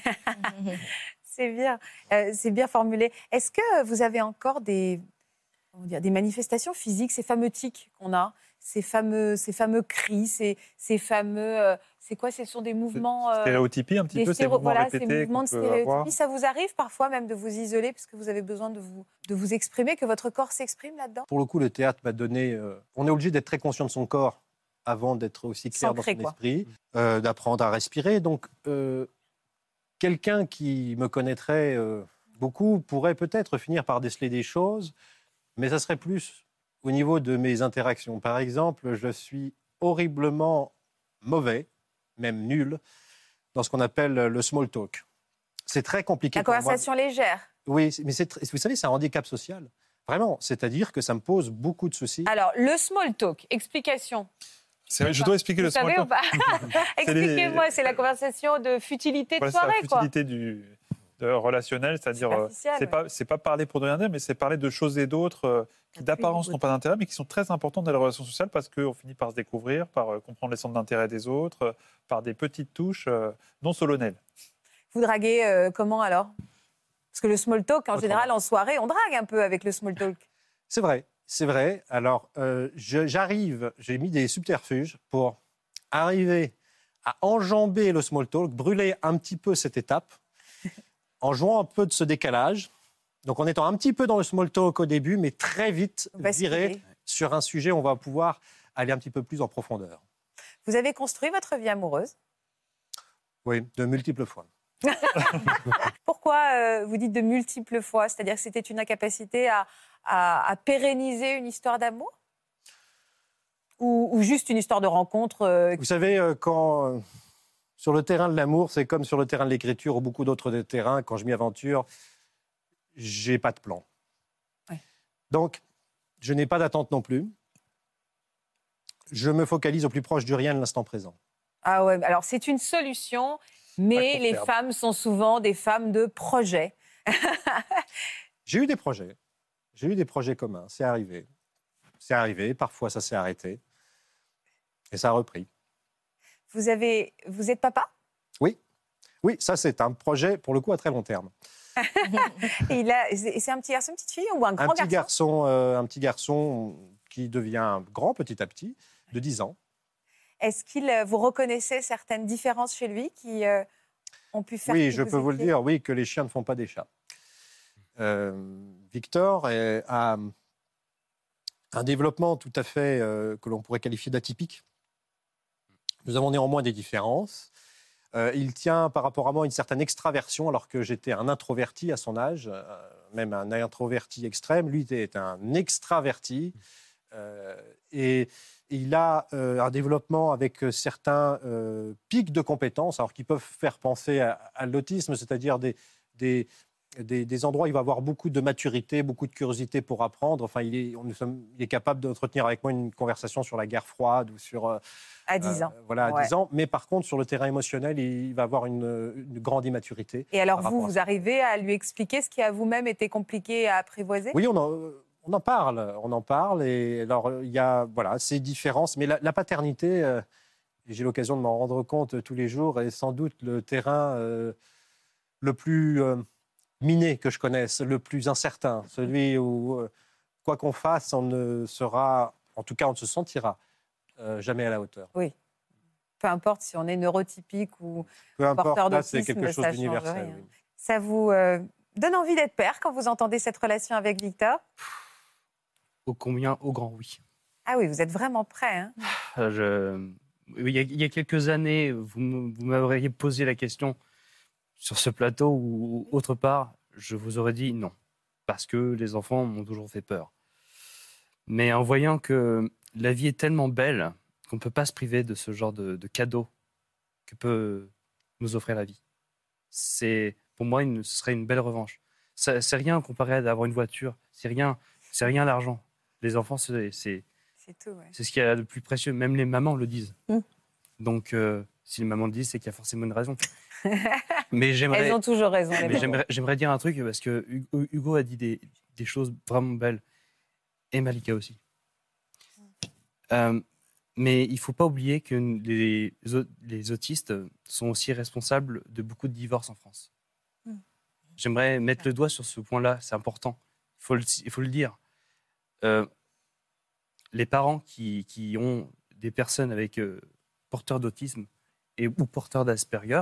C'est bien formulé. Est-ce que vous avez encore des manifestations physiques, ces fameux tics qu'on a, ces fameux cris, ces fameux... c'est quoi? Ce sont des mouvements... Stéréotypie un petit peu, ces mouvements répétés. Ces mouvements de stéréotypie. Avoir. Ça vous arrive parfois même de vous isoler parce que vous avez besoin de vous exprimer, que votre corps s'exprime là-dedans? Pour le coup, le théâtre m'a donné... on est obligé d'être très conscient de son corps avant d'être aussi clair dans son esprit, d'apprendre à respirer. Donc, quelqu'un qui me connaîtrait beaucoup pourrait peut-être finir par déceler des choses, mais ça serait plus au niveau de mes interactions. Par exemple, je suis horriblement mauvais, même nul, dans ce qu'on appelle le small talk. C'est très compliqué. La conversation légère. Oui, mais vous savez, c'est un handicap social. Vraiment, c'est-à-dire que ça me pose beaucoup de soucis. Alors, le small talk, explication. Je dois expliquer le small talk. Expliquez-moi, c'est la conversation de futilité de soirée, quoi. C'est la futilité relationnel, c'est-à-dire c'est pas parler pour ne rien dire, mais c'est parler de choses et d'autres qui d'apparence n'ont pas d'intérêt, mais qui sont très importantes dans les relations sociales parce qu'on finit par se découvrir, par comprendre les centres d'intérêt des autres, par des petites touches non solennelles. Vous draguez comment alors? Parce que le small talk, en général, en soirée, on drague un peu avec le small talk. C'est vrai. Alors, j'ai mis des subterfuges pour arriver à enjamber le small talk, brûler un petit peu cette étape, en jouant un peu de ce décalage. Donc, en étant un petit peu dans le small talk au début, mais très vite virer sur un sujet où on va pouvoir aller un petit peu plus en profondeur. Vous avez construit votre vie amoureuse? Oui, de multiples fois. Pourquoi vous dites de multiples fois? C'est-à-dire que c'était une incapacité à pérenniser une histoire d'amour? Ou juste une histoire de rencontre Vous savez, quand sur le terrain de l'amour, c'est comme sur le terrain de l'écriture ou beaucoup d'autres terrains, quand je m'y aventure, j'ai pas de plan. Ouais. Donc, je n'ai pas d'attente non plus. Je me focalise au plus proche du rien de l'instant présent. Ah ouais, alors c'est une solution, mais les femmes sont souvent des femmes de projet. J'ai eu des projets communs, c'est arrivé, parfois ça s'est arrêté, et ça a repris. Vous êtes papa? Oui, ça c'est un projet, pour le coup, à très long terme. C'est un petit garçon, une petite fille ou un grand garçon? Un petit garçon qui devient grand petit à petit, de 10 ans. Est-ce qu'il vous reconnaissez certaines différences chez lui qui ont pu faire... Oui, je peux vous le dire, oui, que les chiens ne font pas des chats. Victor a un développement tout à fait que l'on pourrait qualifier d'atypique. Nous avons néanmoins des différences. Il tient par rapport à moi une certaine extraversion, alors que j'étais un introverti à son âge, même un introverti extrême. Lui était un extraverti. Et il a un développement avec certains pics de compétences, alors qui peuvent faire penser à l'autisme, c'est-à-dire des endroits où il va avoir beaucoup de maturité, beaucoup de curiosité pour apprendre. Enfin, il est capable d'entretenir avec moi une conversation sur la guerre froide ou sur... à 10 ans. Voilà, à 10 ans. Mais par contre, sur le terrain émotionnel, il va avoir une grande immaturité. Et alors vous arrivez à lui expliquer ce qui a vous-même été compliqué à apprivoiser? Oui, on en parle. Et alors, il y a ces différences. Mais la paternité, et j'ai l'occasion de m'en rendre compte tous les jours, est sans doute le terrain le plus... miné que je connaisse, le plus incertain, celui où, quoi qu'on fasse, on ne se sentira jamais à la hauteur. Oui. Peu importe si on est neurotypique ou Peu importe, porteur là, c'est d'autisme, quelque chose ça change d'universel. rien. Oui. Ça vous donne envie d'être père quand vous entendez cette relation avec Victor? Ô combien, au grand oui. Ah oui, vous êtes vraiment prêt, hein? Oui, il y a quelques années, vous m'auriez posé la question sur ce plateau ou autre part, je vous aurais dit non. Parce que les enfants m'ont toujours fait peur. Mais en voyant que la vie est tellement belle qu'on ne peut pas se priver de ce genre de cadeau que peut nous offrir la vie. Pour moi, ce serait une belle revanche. C'est rien comparé à d'avoir une voiture. C'est rien l'argent. Les enfants, c'est tout, ouais. ce qu'il y a de plus précieux. Même les mamans le disent. Donc, si les mamans le disent, c'est qu'il y a forcément une raison. Mais Elles ont toujours raison. Les mamans. j'aimerais dire un truc, parce que Hugo a dit des choses vraiment belles. Et Malika aussi. Mais il ne faut pas oublier que les autistes sont aussi responsables de beaucoup de divorces en France. J'aimerais mettre le doigt sur ce point-là, c'est important. Il faut le dire. Les parents qui ont des personnes avec porteurs d'autisme ou porteurs d'Asperger,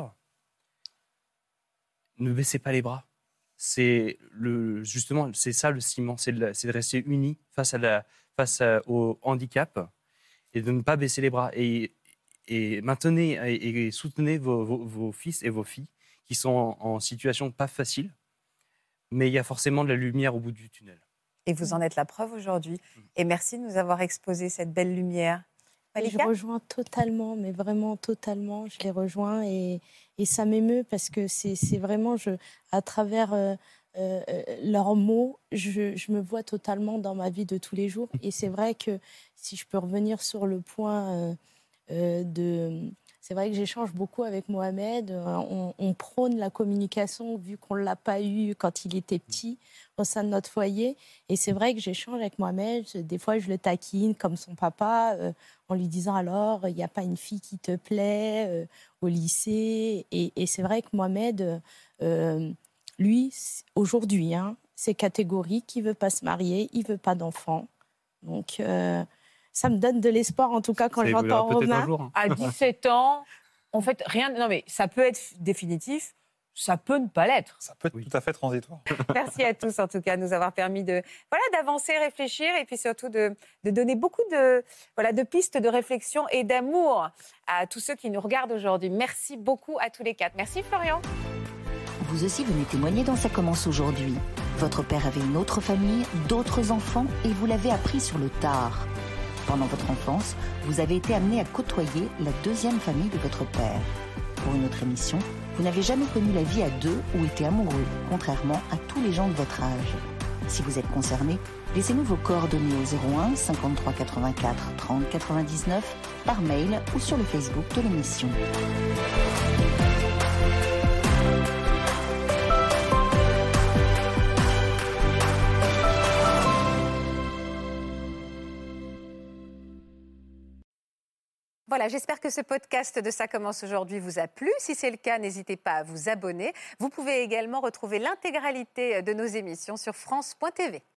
ne baissez pas les bras. Justement, c'est ça le ciment, c'est de rester unis face au handicap et de ne pas baisser les bras. Et maintenez et soutenez vos fils et vos filles qui sont en situation pas facile, mais il y a forcément de la lumière au bout du tunnel. Et vous en êtes la preuve aujourd'hui. Et merci de nous avoir exposé cette belle lumière. Je rejoins totalement, mais vraiment totalement. Je les rejoins et ça m'émeut parce que c'est vraiment, à travers leurs mots, je me vois totalement dans ma vie de tous les jours. Et c'est vrai que si je peux revenir sur le point c'est vrai que j'échange beaucoup avec Mohamed. On prône la communication vu qu'on ne l'a pas eu quand il était petit au sein de notre foyer. Et c'est vrai que j'échange avec Mohamed. Des fois, je le taquine comme son papa en lui disant alors, il n'y a pas une fille qui te plaît au lycée. Et c'est vrai que Mohamed, lui, aujourd'hui, c'est catégorique. Il ne veut pas se marier, il ne veut pas d'enfant. Donc... ça me donne de l'espoir, en tout cas, quand j'entends Romain. À 17 ans, en fait, rien. Non, mais ça peut être définitif, ça peut ne pas l'être. Ça peut être tout à fait transitoire. Merci à tous, en tout cas, de nous avoir permis d'avancer, réfléchir et puis surtout de donner beaucoup de pistes de réflexion et d'amour à tous ceux qui nous regardent aujourd'hui. Merci beaucoup à tous les quatre. Merci, Florian. Vous aussi venez témoigner dans Ça commence aujourd'hui. Votre père avait une autre famille, d'autres enfants et vous l'avez appris sur le tard. Pendant votre enfance, vous avez été amené à côtoyer la deuxième famille de votre père. Pour une autre émission, vous n'avez jamais connu la vie à deux ou été amoureux, contrairement à tous les gens de votre âge. Si vous êtes concerné, laissez-nous vos coordonnées au 01 53 84 30 99 par mail ou sur le Facebook de l'émission. Voilà, j'espère que ce podcast de Ça commence aujourd'hui vous a plu. Si c'est le cas, n'hésitez pas à vous abonner. Vous pouvez également retrouver l'intégralité de nos émissions sur France.tv.